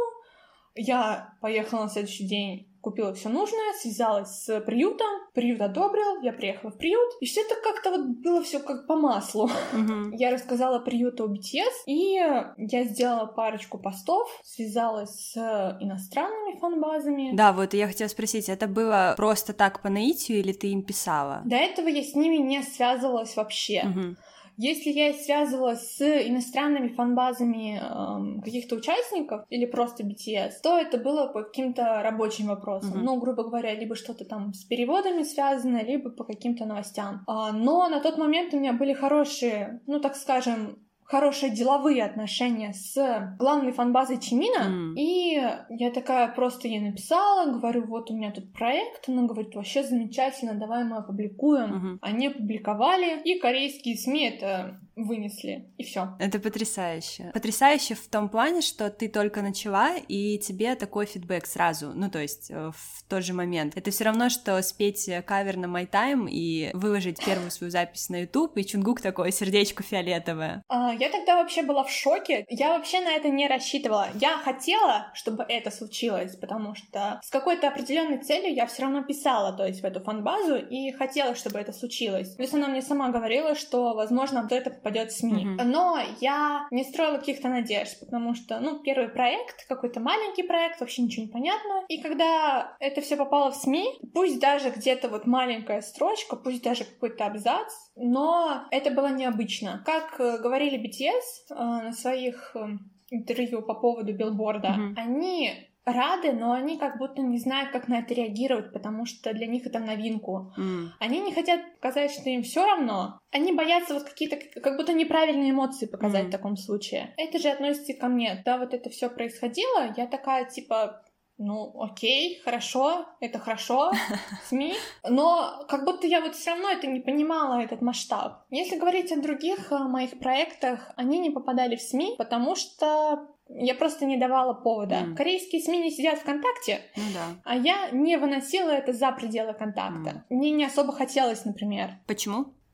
Speaker 1: Я поехала на следующий день, купила все нужное, связалась с приютом, приют одобрил, я приехала в приют, и все это как-то вот было все как по маслу. Uh-huh. Я рассказала приюту о би ти эс, и я сделала парочку постов, связалась с иностранными фан-базами.
Speaker 2: Да, вот я хотела спросить, это было просто так по наитию, или ты им писала?
Speaker 1: До этого я с ними не связывалась вообще. Uh-huh. Если я связывалась с иностранными фан-базами эм, каких-то участников или просто би ти эс, то это было по каким-то рабочим вопросам. Uh-huh. Ну, грубо говоря, либо что-то там с переводами связано, либо по каким-то новостям. А, но на тот момент у меня были хорошие, ну, так скажем, хорошие деловые отношения с главной фан-базой Чимина, mm. и я такая просто ей написала, говорю, вот у меня тут проект, она говорит, вообще замечательно, давай мы опубликуем. Mm-hmm. Они опубликовали, и корейские СМИ это вынесли, и все.
Speaker 2: Это потрясающе. Потрясающе в том плане, что ты только начала, и тебе такой фидбэк сразу, ну, то есть в тот же момент. Это все равно, что спеть кавер на My Time и выложить первую свою запись на YouTube, и Чунгук такое сердечко фиолетовое.
Speaker 1: А, я тогда вообще была в шоке. Я вообще на это не рассчитывала. Я хотела, чтобы это случилось, потому что с какой-то определенной целью я все равно писала, то есть в эту фан-базу, и хотела, чтобы это случилось. Плюс она мне сама говорила, что, возможно, вот это попадет в СМИ. Mm-hmm. Но я не строила каких-то надежд, потому что, ну, первый проект, какой-то маленький проект, вообще ничего не понятно. И когда это все попало в СМИ, пусть даже где-то вот маленькая строчка, пусть даже какой-то абзац, но это было необычно. Как говорили би ти эс э, на своих э, интервью по поводу билборда, mm-hmm. они рады, но они как будто не знают, как на это реагировать, потому что для них это в новинку. Mm. Они не хотят показать, что им все равно. Они боятся вот какие-то, как будто неправильные эмоции показать mm. в таком случае. Это же относится ко мне. Когда вот это все происходило, я такая, типа, ну, окей, хорошо, это хорошо, СМИ, но как будто я вот все равно это не понимала, этот масштаб. Если говорить о других о моих проектах, они не попадали в СМИ, потому что я просто не давала повода. Mm. Корейские СМИ не сидят ВКонтакте,
Speaker 2: ну, да.
Speaker 1: а я не выносила это за пределы контакта. Mm. Мне не особо хотелось, например.
Speaker 2: Почему?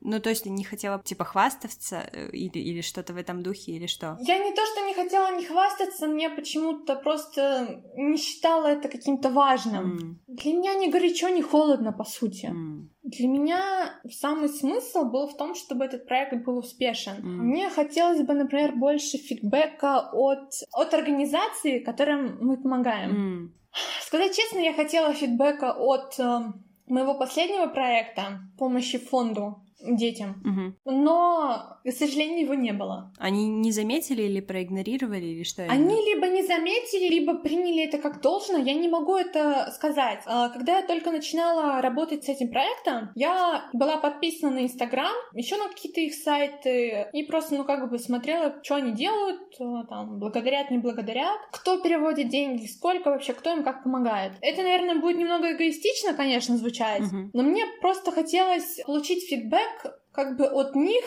Speaker 2: Ну, то есть ты не хотела, типа, хвастаться или, или что-то в этом духе, или что?
Speaker 1: Я не то, что не хотела не хвастаться, мне почему-то просто не считала это каким-то важным. Mm. Для меня ни горячо, ни холодно, по сути. Mm. Для меня самый смысл был в том, чтобы этот проект был успешен. Mm. Мне хотелось бы, например, больше фидбэка от, от организации, которым мы помогаем. Mm. Сказать честно, я хотела фидбэка от э, моего последнего проекта помощи фонду детям, угу. но, к сожалению, его не было.
Speaker 2: Они не заметили или проигнорировали, или что?
Speaker 1: Они это? Либо не заметили, либо приняли это как должно, я не могу это сказать. Когда я только начинала работать с этим проектом, я была подписана на Инстаграм, еще на какие-то их сайты, и просто, ну, как бы смотрела, что они делают, там, благодарят, не благодарят, кто переводит деньги, сколько вообще, кто им как помогает. Это, наверное, будет немного эгоистично, конечно, звучать, угу. но мне просто хотелось получить фидбэк как бы от них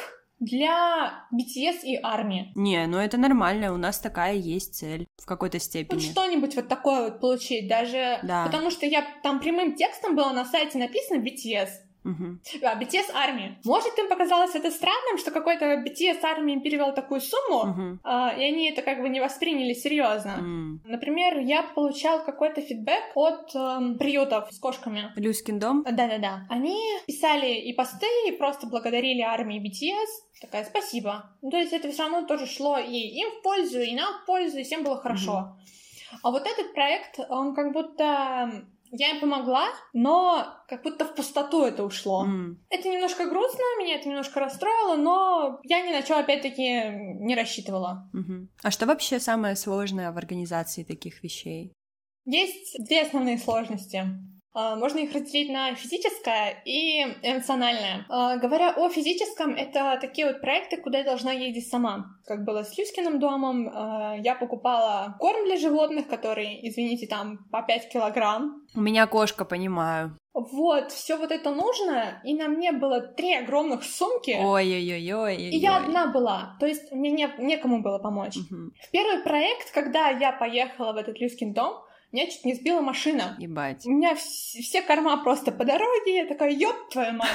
Speaker 1: для би ти эс и армии.
Speaker 2: Не, ну это нормально, у нас такая есть цель в какой-то степени.
Speaker 1: Вот что-нибудь вот такое вот получить, даже да. потому что я там прямым текстом было на сайте написано би ти эс. Угу. А, би ти эс армии. Может, им показалось это странным, что какой-то би ти эс армии перевел такую сумму, угу. а, и они это как бы не восприняли серьезно. Mm. Например, я получал какой-то фидбэк от эм, приютов с кошками.
Speaker 2: Люськин дом?
Speaker 1: Да-да-да. Они писали и посты, и просто благодарили армии би ти эс. Такая, спасибо. Ну, то есть это все равно тоже шло и им в пользу, и нам в пользу, и всем было хорошо. Mm-hmm. А вот этот проект, он как будто... Я им помогла, но как будто в пустоту это ушло. Mm. Это немножко грустно, меня это немножко расстроило, но я ни на что, опять-таки, не рассчитывала.
Speaker 2: Mm-hmm. А что вообще самое сложное в организации таких вещей?
Speaker 1: Есть две основные сложности. Можно их разделить на физическое и эмоциональное. Говоря о физическом, это такие вот проекты, куда я должна ездить сама. Как было с Люськиным домом, я покупала корм для животных, который, извините, там по пять килограмм.
Speaker 2: У меня кошка, понимаю.
Speaker 1: Вот, все вот это нужно, и на мне было три огромных сумки.
Speaker 2: Ой-ой-ой-ой.
Speaker 1: И я одна была, то есть мне не, некому было помочь. Угу. В первый проект, когда я поехала в этот Люськин дом, меня чуть не сбила машина.
Speaker 2: Ебать.
Speaker 1: У меня вс- все корма просто по дороге, я такая, ёб твою мать.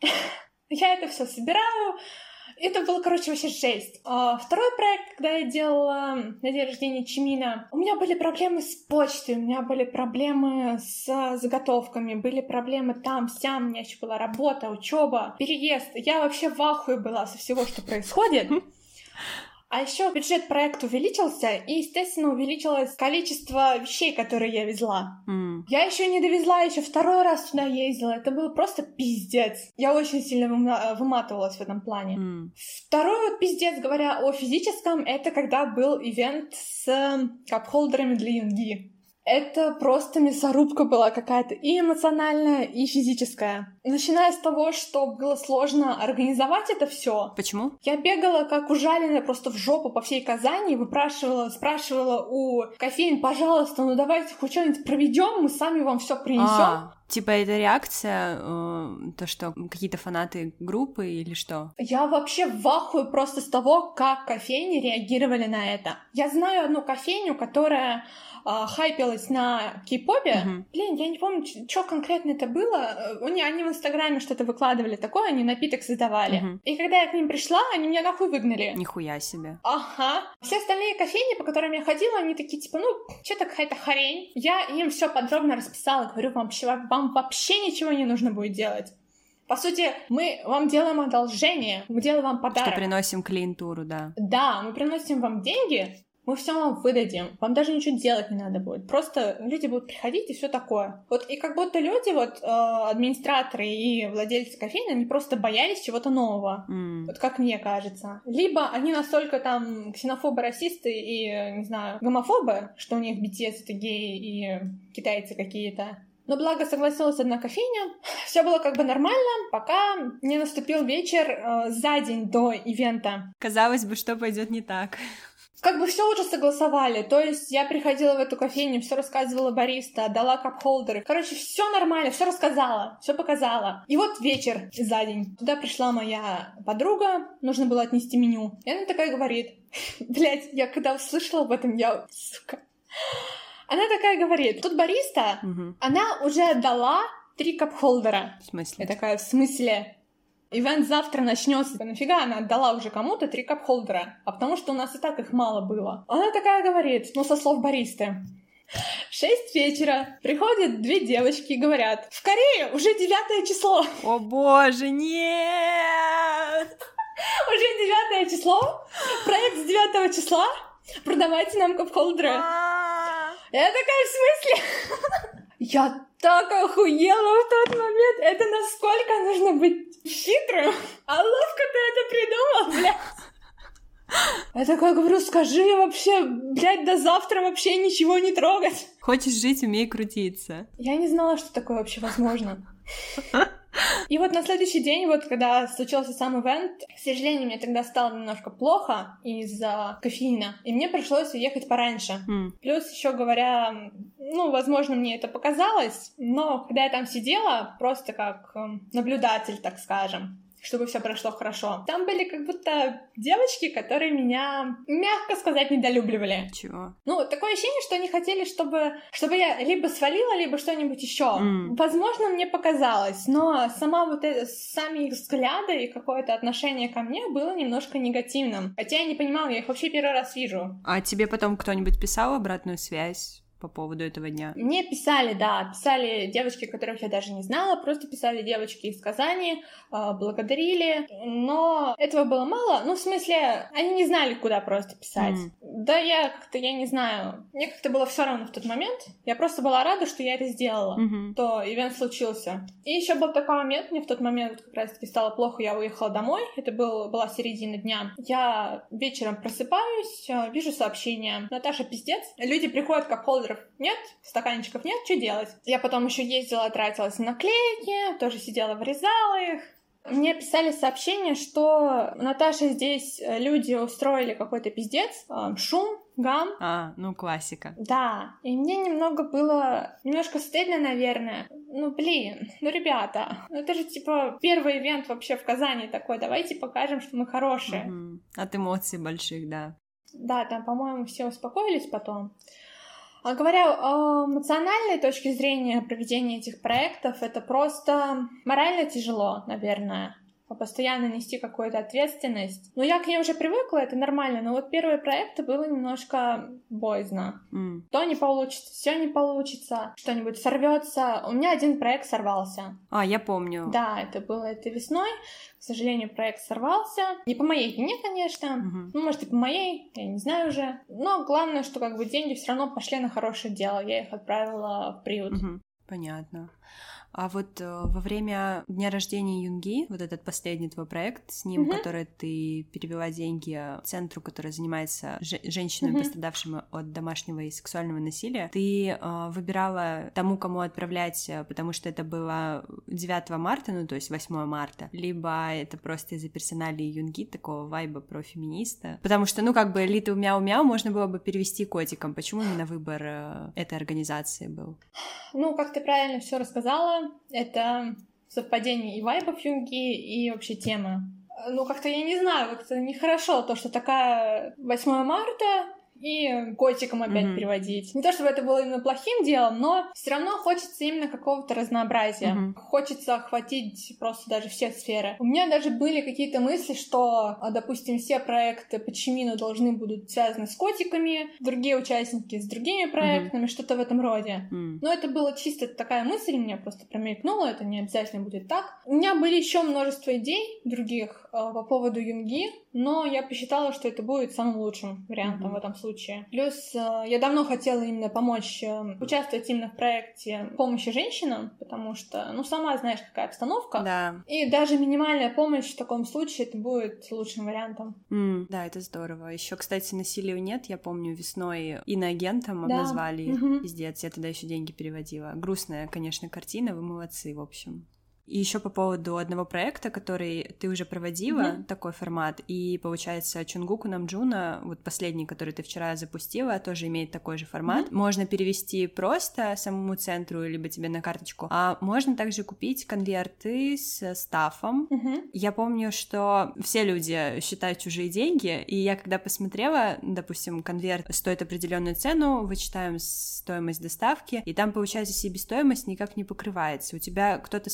Speaker 1: Я это все собираю. Это было, короче, вообще жесть. Второй проект, когда я делала на день рождения Чимина, у меня были проблемы с почтой, у меня были проблемы с заготовками, были проблемы там, сям, у меня еще была работа, учеба, переезд. Я вообще в ахуе была со всего, что происходит. А еще бюджет проекта увеличился, и, естественно, увеличилось количество вещей, которые я везла. Mm. Я еще не довезла, еще второй раз туда ездила. Это было просто пиздец. Я очень сильно выма- выматывалась в этом плане. Mm. Второй вот пиздец, говоря о физическом, это когда был ивент с капхолдерами для юнги. Это просто мясорубка была какая-то и эмоциональная, и физическая. Начиная с того, что было сложно организовать это все.
Speaker 2: Почему?
Speaker 1: Я бегала как ужаленная просто в жопу по всей Казани, выпрашивала, спрашивала у кофеин, пожалуйста, ну давайте хоть что-нибудь проведем, мы сами вам все принесем.
Speaker 2: А, типа это реакция, э, то, что какие-то фанаты группы или что?
Speaker 1: Я вообще в ахуе просто с того, как кофейни реагировали на это. Я знаю одну кофейню, которая Uh, хайпилась на кей-попе. Uh-huh. Блин, я не помню, что конкретно это было. Они, они в Инстаграме что-то выкладывали такое, они напиток создавали. Uh-huh. И когда я к ним пришла, они меня нахуй выгнали.
Speaker 2: Нихуя себе.
Speaker 1: Ага. Все остальные кофейни, по которым я ходила, они такие, типа, ну, что-то какая-то хрень. Я им все подробно расписала, говорю, вам, вам вообще ничего не нужно будет делать. По сути, мы вам делаем одолжение, мы делаем вам подарок.
Speaker 2: Что приносим клиентуру, да.
Speaker 1: Да, мы приносим вам деньги, мы все вам выдадим, вам даже ничего делать не надо будет, просто люди будут приходить и все такое. Вот и как будто люди, вот э, администраторы и владельцы кофейни, они просто боялись чего-то нового, mm. вот как мне кажется. Либо они настолько там ксенофобы, расисты и, не знаю, гомофобы, что у них би ти эс это геи и китайцы какие-то. Но благо согласилась одна кофейня, все было как бы нормально, пока не наступил вечер э, за день до ивента.
Speaker 2: Казалось бы, что пойдет не так.
Speaker 1: Как бы все уже согласовали, то есть я приходила в эту кофейню, все рассказывала бариста, дала капхолдеры. Короче, все нормально, все рассказала, все показала. И вот вечер за день. Туда пришла моя подруга, нужно было отнести меню. И она такая говорит, блять, я когда услышала об этом, я, сука... Она такая говорит, тут бариста, угу. она уже отдала три капхолдера.
Speaker 2: В смысле?
Speaker 1: Я такая, в смысле? ивент завтра начнется. Нафига она отдала уже кому-то три кап-холдера? А потому что у нас и так их мало было. Она такая говорит, ну, со слов баристы. Шесть вечера. Приходят две девочки и говорят, в Корее уже девятое число.
Speaker 2: О боже, нет!
Speaker 1: Уже девятое число. Проект с девятого числа. Продавайте нам кап-холдеры. Я такая, в смысле? Я так охуела в тот момент. Это насколько нужно быть хитрым. А ловко ты это придумал, блядь. Я такая говорю, скажи вообще, блядь, до завтра вообще ничего не трогать.
Speaker 2: Хочешь жить, умей крутиться.
Speaker 1: Я не знала, что такое вообще возможно. И вот на следующий день, вот когда случился сам ивент, к сожалению, мне тогда стало немножко плохо из-за кофеина, и мне пришлось уехать пораньше. Mm. Плюс, еще говоря, ну, возможно, мне это показалось, но когда я там сидела, просто как наблюдатель, так скажем, чтобы все прошло хорошо. Там были как будто девочки, которые меня, мягко сказать, недолюбливали.
Speaker 2: Чего?
Speaker 1: Ну, такое ощущение, что они хотели, чтобы, чтобы я либо свалила, либо что-нибудь еще. Mm. Возможно, мне показалось, но сама вот это, сами их взгляды и какое-то отношение ко мне было немножко негативным. Хотя я не понимала, я их вообще первый раз вижу.
Speaker 2: А тебе потом кто-нибудь писал обратную связь по поводу этого дня?
Speaker 1: Мне писали, да, писали девочки, которых я даже не знала, просто писали девочки из Казани, благодарили, но этого было мало, ну, в смысле, они не знали, куда просто писать. Mm. Да я как-то, я не знаю, мне как-то было все равно в тот момент, я просто была рада, что я это сделала, mm-hmm. то ивент случился. И еще был такой момент, мне в тот момент как раз-таки стало плохо, я уехала домой, это был, была середина дня, я вечером просыпаюсь, вижу сообщение, Наташа, пиздец, люди приходят как холдеры, нет, стаканчиков нет, что делать? Я потом еще ездила, тратилась на наклейки, тоже сидела, вырезала их. Мне писали сообщение, что Наташа, здесь люди устроили какой-то пиздец, шум, гам.
Speaker 2: А, ну классика.
Speaker 1: Да, и мне немного было, немножко стыдно, наверное. Ну, блин, ну, ребята, ну это же, типа, первый ивент вообще в Казани такой, давайте покажем, что мы хорошие.
Speaker 2: Угу. От эмоций больших, да.
Speaker 1: Да, там, по-моему, все успокоились потом. А говоря о эмоциональной точке зрения проведения этих проектов, это просто морально тяжело, наверное, постоянно нести какую-то ответственность. Но я к ней уже привыкла, это нормально, но вот первые проекты было немножко боязно. Mm. То не получится, все не получится, что-нибудь сорвется. У меня один проект сорвался.
Speaker 2: А, я помню.
Speaker 1: Да, это было это весной. К сожалению, проект сорвался. Не по моей вине, конечно. Uh-huh. Ну, может, и по моей, я не знаю уже. Но главное, что как бы деньги все равно пошли на хорошее дело. Я их отправила в приют.
Speaker 2: Uh-huh. Понятно. А вот э, во время дня рождения Юнги, вот этот последний твой проект с ним, mm-hmm. который ты перевела деньги центру, который занимается ж- женщинами, mm-hmm. пострадавшими от домашнего и сексуального насилия, ты э, выбирала тому, кому отправлять, потому что это было девятого марта, ну то есть восьмого марта, либо это просто из-за персоналии Юнги, такого вайба про феминиста, потому что, ну как бы Little Мяу-Мяу можно было бы перевести котиком. Почему именно выбор э, этой организации был?
Speaker 1: Ну, как ты правильно все рассказала, это совпадение и вайбов Юнги, и вообще темы. Ну, как-то я не знаю, как-то нехорошо то, что такая восьмое марта, и котиком опять mm-hmm. переводить. Не то чтобы это было именно плохим делом, но все равно хочется именно какого-то разнообразия. Mm-hmm. Хочется охватить просто даже все сферы. У меня даже были какие-то мысли, что, допустим, все проекты по Чимину должны будут связаны с котиками, другие участники с другими проектами, mm-hmm. что-то в этом роде. Mm-hmm. Но это была чисто такая мысль, у меня просто промелькнула, это не обязательно будет так. У меня были еще множество идей других э, по поводу Юнги, но я посчитала, что это будет самым лучшим вариантом mm-hmm. в этом случае. Плюс я давно хотела именно помочь, участвовать именно в проекте помощи женщинам, потому что, ну, сама знаешь, какая обстановка.
Speaker 2: Да.
Speaker 1: И даже минимальная помощь в таком случае это будет лучшим вариантом.
Speaker 2: Mm, да, это здорово. Еще, кстати, насилию нет. Я помню, весной иноагентом
Speaker 1: да.
Speaker 2: назвали их.
Speaker 1: Mm-hmm.
Speaker 2: Пиздец, я тогда еще деньги переводила. Грустная, конечно, картина. Вы молодцы, в общем. И еще по поводу одного проекта, который ты уже проводила, mm-hmm. такой формат, и, получается, Чонгуку Намджуна, вот последний, который ты вчера запустила, тоже имеет такой же формат. Mm-hmm. Можно перевести просто самому центру, либо тебе на карточку, а можно также купить конверты с стафом. Mm-hmm. Я помню, что все люди считают чужие деньги, и я когда посмотрела, допустим, конверт стоит определенную цену, вычитаем стоимость доставки, и там, получается, себестоимость никак не покрывается. У тебя кто-то спонсирует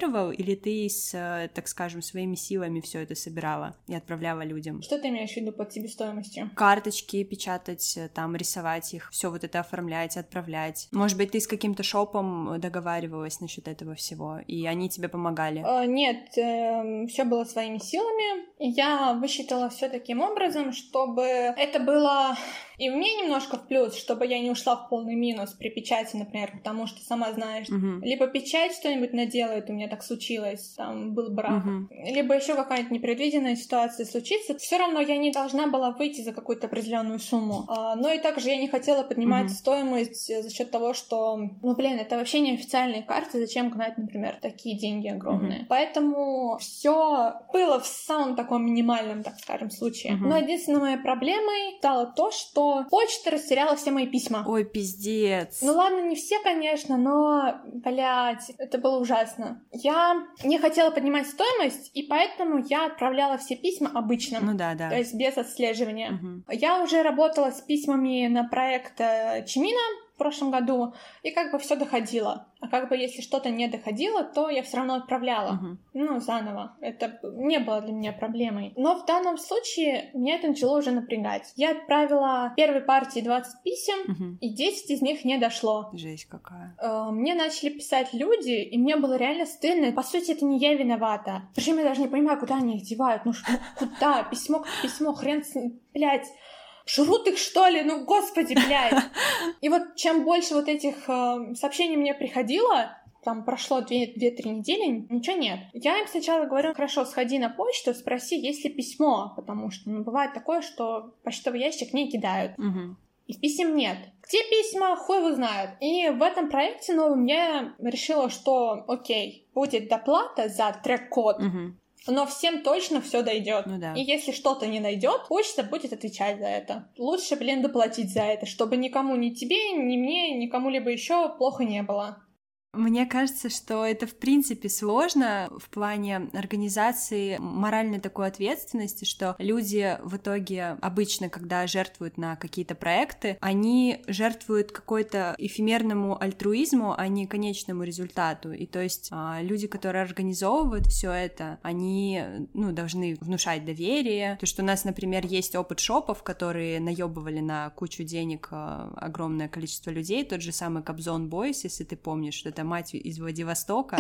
Speaker 2: делегировал, или ты, с, так скажем, своими силами все это собирала и отправляла людям?
Speaker 1: Что ты имеешь в виду под себестоимостью?
Speaker 2: Карточки печатать, там, рисовать их, все вот это оформлять, отправлять. Может быть, ты с каким-то шопом договаривалась насчет этого всего, и они тебе помогали?
Speaker 1: Uh, нет, э, все было своими силами. Я высчитала все таким образом, чтобы это было и мне немножко в плюс, чтобы я не ушла в полный минус при печати, например, потому что, сама знаешь, uh-huh. либо печать что-нибудь наделает, у меня так случилось, там был брак, uh-huh. либо еще какая-нибудь непредвиденная ситуация случится, все равно я не должна была выйти за какую-то определенную сумму. А, но и также я не хотела поднимать uh-huh. стоимость за счет того, что, ну, блин, это вообще не официальные карты, зачем гнать, например, такие деньги огромные. Uh-huh. Поэтому все было в самом таком минимальном, так скажем, случае. Uh-huh. Но единственной моей проблемой стало то, что почта растеряла все мои письма.
Speaker 2: Ой, пиздец.
Speaker 1: Ну ладно, не все, конечно, но, блядь, это было ужасно. Я не хотела поднимать стоимость, и поэтому я отправляла все письма обычно.
Speaker 2: Ну да, да.
Speaker 1: То есть без отслеживания.
Speaker 2: Угу.
Speaker 1: Я уже работала с письмами на проект Чимина в прошлом году, и как бы все доходило. А как бы если что-то не доходило, то я все равно отправляла. Uh-huh. Ну, заново. Это не было для меня проблемой. Но в данном случае меня это начало уже напрягать. Я отправила первой партии двадцать писем, uh-huh. и десять из них не дошло.
Speaker 2: Жесть какая.
Speaker 1: Мне начали писать люди, и мне было реально стыдно. По сути, это не я виновата. Причем я даже не понимаю, куда они их девают. Ну, куда? Письмо как письмо, хрен с ним, блядь. Жрут их, что ли? Ну, господи, блядь. И вот чем больше вот этих э, сообщений мне приходило, там прошло две-три недели, ничего нет. Я им сначала говорю: хорошо, сходи на почту, спроси, есть ли письмо, потому что, ну, бывает такое, что почтовый ящик не кидают.
Speaker 2: Угу.
Speaker 1: И писем нет. Где письма, хуй его знает. И в этом проекте новом я решила, что окей, будет доплата за трек-код, угу. но всем точно все дойдет.
Speaker 2: Ну, да.
Speaker 1: И если что-то не дойдет, почта будет отвечать за это. Лучше, блин, доплатить за это, чтобы никому, ни тебе, ни мне, ни кому-либо еще плохо не было.
Speaker 2: Мне кажется, что это в принципе сложно в плане организации моральной такой ответственности, что люди в итоге обычно, когда жертвуют на какие-то проекты, они жертвуют какой-то эфемерному альтруизму, а не конечному результату. И то есть люди, которые организовывают все это, они, ну, должны внушать доверие. То, что у нас, например, есть опыт шопов, которые наебывали на кучу денег огромное количество людей, тот же самый Кобзон Бойс, если ты помнишь, что это мать из Владивостока.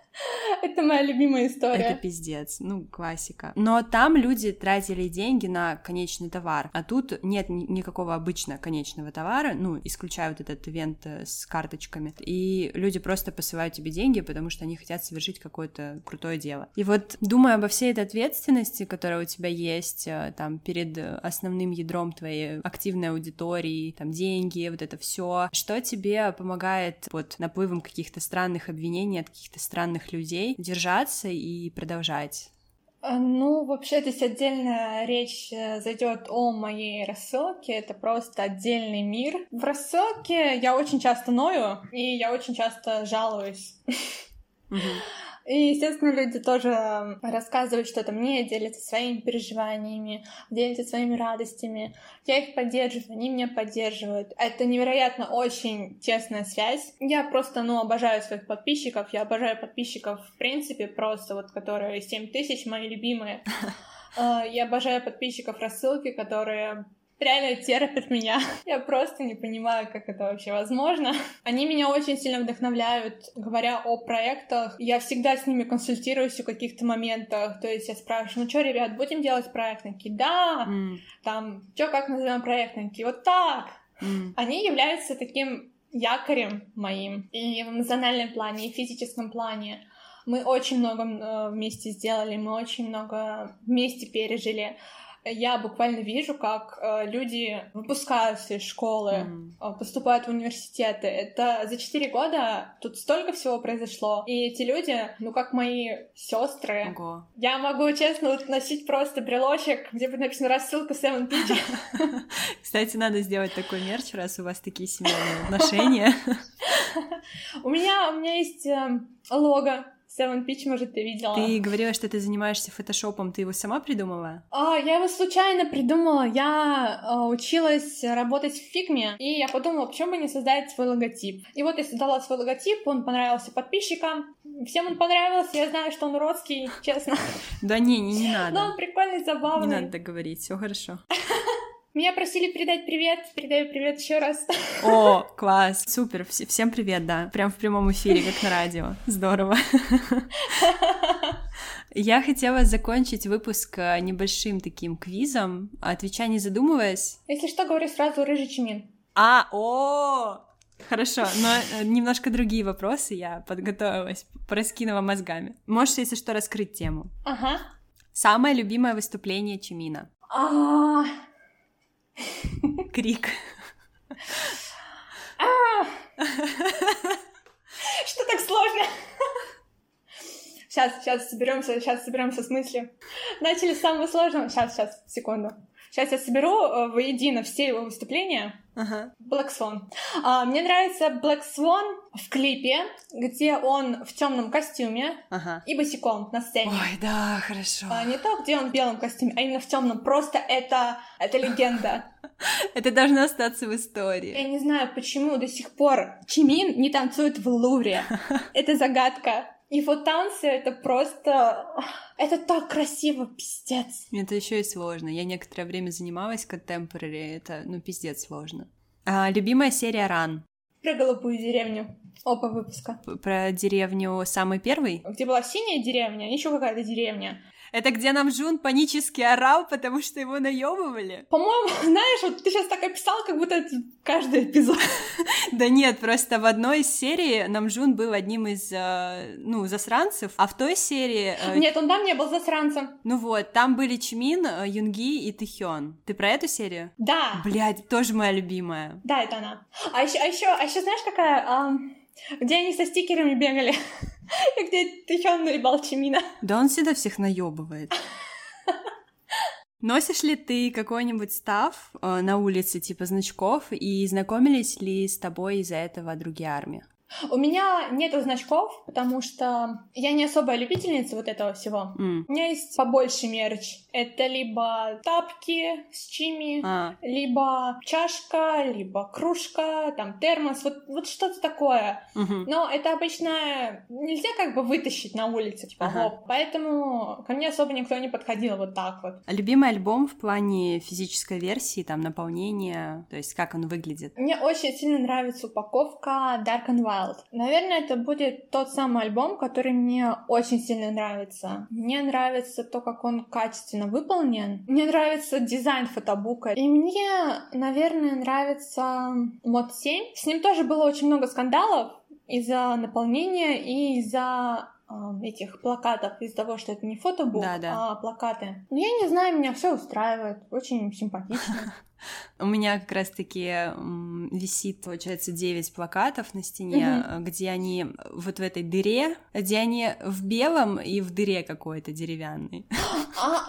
Speaker 1: Это моя любимая история.
Speaker 2: Это пиздец, ну, классика. Но там люди тратили деньги на конечный товар, а тут нет никакого обычного конечного товара, ну, исключая вот этот ивент с карточками, и люди просто посылают тебе деньги, потому что они хотят совершить какое-то крутое дело. И вот, думая обо всей этой ответственности, которая у тебя есть, там, перед основным ядром твоей активной аудитории, там, деньги, вот это все, что тебе помогает под наплывом каких-то странных обвинений от каких-то странных людей держаться и продолжать?
Speaker 1: Ну, вообще, здесь отдельная речь зайдет о моей рассылке. Это просто отдельный мир. В рассылке я очень часто ною, и я очень часто жалуюсь. И, естественно, люди тоже рассказывают что-то мне, делятся своими переживаниями, делятся своими радостями. Я их поддерживаю, они меня поддерживают. Это невероятно очень тесная связь. Я просто, ну, обожаю своих подписчиков. Я обожаю подписчиков в принципе, просто вот, которые семь тысяч, мои любимые. Я обожаю подписчиков рассылки, которые реально терпят меня. Я просто не понимаю, как это вообще возможно. Они меня очень сильно вдохновляют, говоря о проектах. Я всегда с ними консультируюсь в каких-то моментах. То есть я спрашиваю: ну что, ребят, будем делать проект? Они такие: да. Mm. Там, что, как назовем проект? Они такие: вот так. Mm. Они являются таким якорем моим и в эмоциональном плане, и в физическом плане. Мы очень много вместе сделали, мы очень много вместе пережили. Я буквально вижу, как э, люди выпускаются из школы, mm. поступают в университеты. Это за четыре года тут столько всего произошло. И эти люди, ну, как мои сестры.
Speaker 2: Ого.
Speaker 1: Я могу, честно, вот носить просто брелочек, где будет написано рассылка Seven Peach.
Speaker 2: Кстати, надо сделать такой мерч, раз у вас такие семейные отношения.
Speaker 1: У меня у меня есть лого Seven Pitch, может, ты видела.
Speaker 2: Ты говорила, что ты занимаешься фотошопом, ты его сама придумала?
Speaker 1: А, я его случайно придумала. Я а, училась работать в фигме, и я подумала, почему бы не создать свой логотип. И вот я создала свой логотип, он понравился подписчикам. Всем он понравился, я знаю, что он уродский, честно.
Speaker 2: Да не, не, не надо.
Speaker 1: Но он прикольный, забавный.
Speaker 2: Не надо так говорить, все хорошо.
Speaker 1: Меня просили передать привет, передаю привет еще раз.
Speaker 2: О, класс, супер, всем привет, да, прям в прямом эфире, как на радио, здорово. Я хотела закончить выпуск небольшим таким квизом, отвечай не задумываясь.
Speaker 1: Если что, говорю сразу рыжий чимин.
Speaker 2: А, о, хорошо, но немножко другие вопросы, я подготовилась, пораскинула мозгами. Можешь, если что, раскрыть тему.
Speaker 1: Ага.
Speaker 2: Самое любимое выступление Чимина.
Speaker 1: А.
Speaker 2: Крик.
Speaker 1: Что так сложно? Сейчас, сейчас соберемся, сейчас соберемся с мыслью. Начали с самого сложного. Сейчас, сейчас, секунду. Сейчас я соберу воедино все его выступления.
Speaker 2: Ага.
Speaker 1: Black Swan. А, мне нравится Black Swan в клипе, где он в темном костюме
Speaker 2: ага.
Speaker 1: и босиком на сцене.
Speaker 2: Ой, да, хорошо.
Speaker 1: А, не то, где он в белом костюме, а именно в темном. Просто это, это легенда.
Speaker 2: Это должно остаться в истории.
Speaker 1: Я не знаю, почему до сих пор Чимин не танцует в Лувре. Это загадка. Его танцы — это просто... Это так красиво, пиздец.
Speaker 2: Это еще и сложно. Я некоторое время занималась contemporary, это, ну, пиздец сложно. А, любимая серия Run?
Speaker 1: Про голубую деревню. Оба выпуска.
Speaker 2: Про деревню самый первый?
Speaker 1: Где была синяя деревня, еще какая-то деревня.
Speaker 2: Это где Намджун панически орал, потому что его наебывали?
Speaker 1: По-моему, знаешь, вот ты сейчас так описал, как будто это каждый эпизод.
Speaker 2: Да нет, просто в одной из серий Намджун был одним из, ну, засранцев, а в той серии...
Speaker 1: Нет, он там не был засранцем.
Speaker 2: Ну вот, там были Чимин, Юнги и Тэхён. Ты про эту серию?
Speaker 1: Да.
Speaker 2: Блядь, тоже моя любимая.
Speaker 1: Да, это она. А еще, а еще, а еще знаешь, какая... А, где они со стикерами бегали? И где Тэхён наебал Чимина.
Speaker 2: Да он всегда всех наебывает. Носишь ли ты какой-нибудь став э, на улице, типа значков, и знакомились ли с тобой из-за этого другие армии?
Speaker 1: У меня нету значков, потому что я не особая любительница вот этого всего.
Speaker 2: Mm.
Speaker 1: У меня есть побольше мерч. Это либо тапки с чими,
Speaker 2: а.
Speaker 1: либо чашка, либо кружка, там термос, вот, вот что-то такое.
Speaker 2: Uh-huh.
Speaker 1: Но это обычно нельзя как бы вытащить на улице, типа,
Speaker 2: uh-huh.
Speaker 1: хоп. Поэтому ко мне особо никто не подходил вот так вот.
Speaker 2: А любимый альбом в плане физической версии, там, наполнения, то есть как он выглядит?
Speaker 1: Мне очень сильно нравится упаковка Dark and Wild. Наверное, это будет тот самый альбом, который мне очень сильно нравится. Мне нравится то, как он качественно выполнен. Мне нравится дизайн фотобука. И мне, наверное, нравится Мод семь. С ним тоже было очень много скандалов из-за наполнения и из-за э, этих плакатов, из-за того, что это не фотобук,
Speaker 2: да, да.
Speaker 1: а плакаты. Но я не знаю, меня все устраивает. Очень симпатично.
Speaker 2: У меня как раз-таки м, висит, получается, девять плакатов на стене, mm-hmm. где они вот в этой дыре, где они в белом и в дыре какой-то деревянной.
Speaker 1: А,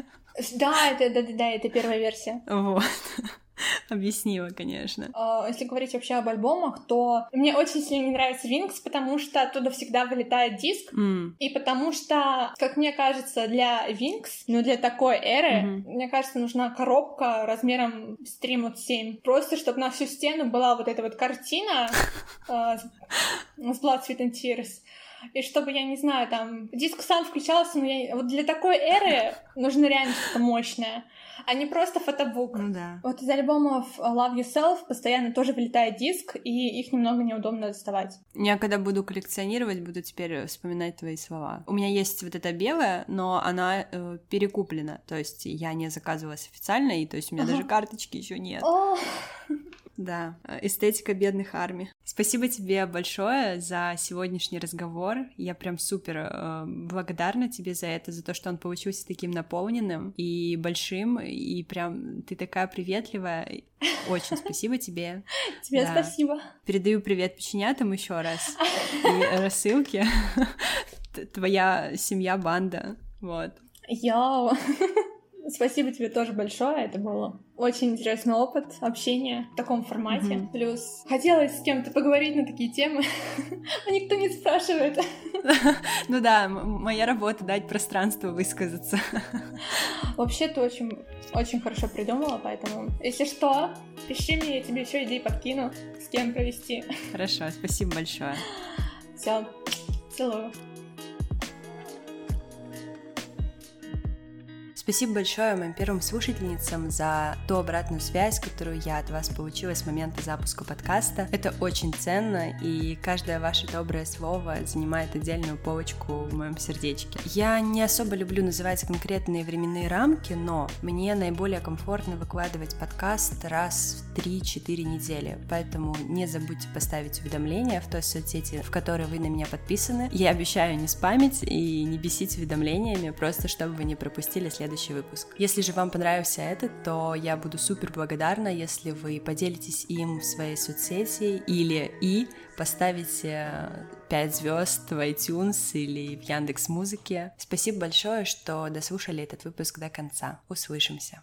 Speaker 1: да, это, да, да, да, это первая версия.
Speaker 2: Вот. Объяснила, конечно.
Speaker 1: Если говорить вообще об альбомах, то мне очень сильно не нравится Wings, потому что оттуда всегда вылетает диск,
Speaker 2: mm.
Speaker 1: и потому что, как мне кажется, для Wings, ну для такой эры, mm-hmm. мне кажется, нужна коробка размером с три мод семь, просто чтобы на всю стену была вот эта вот картина с Blood, Sweat and Tears. И чтобы, я не знаю, там, диск сам включался, но я... вот для такой эры нужно реально что-то мощное, а не просто фотобук.
Speaker 2: Ну да.
Speaker 1: Вот из альбомов Love Yourself постоянно тоже вылетает диск, и их немного неудобно доставать.
Speaker 2: Я когда буду коллекционировать, буду теперь вспоминать твои слова. У меня есть вот эта белая, но она э, перекуплена, то есть я не заказывалась официально, и то есть у меня ага. даже карточки еще нет.
Speaker 1: О!
Speaker 2: Да, эстетика бедных армий. Спасибо тебе большое за сегодняшний разговор. Я прям супер э, благодарна тебе за это, за то, что он получился таким наполненным и большим, и прям ты такая приветливая. Очень спасибо тебе.
Speaker 1: Тебе да. спасибо.
Speaker 2: Передаю привет печенятам еще раз. И рассылки. Твоя семья, банда. Вот.
Speaker 1: Йоу. Спасибо тебе тоже большое, это было очень интересный опыт общения в таком формате. Mm-hmm. Плюс хотелось с кем-то поговорить на такие темы, а никто не спрашивает.
Speaker 2: Ну да, моя работа — дать пространство высказаться.
Speaker 1: Вообще, ты очень, очень хорошо придумала, поэтому, если что, пиши мне, я тебе еще идеи подкину, с кем провести.
Speaker 2: Хорошо, спасибо большое.
Speaker 1: Все, целую.
Speaker 2: Спасибо большое моим первым слушательницам за ту обратную связь, которую я от вас получила с момента запуска подкаста. Это очень ценно, и каждое ваше доброе слово занимает отдельную полочку в моем сердечке. Я не особо люблю называть конкретные временные рамки, но мне наиболее комфортно выкладывать подкаст раз в три-четыре недели, поэтому не забудьте поставить уведомления в той соцсети, в которой вы на меня подписаны. Я обещаю не спамить и не бесить уведомлениями, просто чтобы вы не пропустили следующий выпуск. Если же вам понравился этот, то я буду супер благодарна, если вы поделитесь им в своей соцсети или и поставите пять звезд в iTunes или в Яндекс.Музыке. Спасибо большое, что дослушали этот выпуск до конца. Услышимся!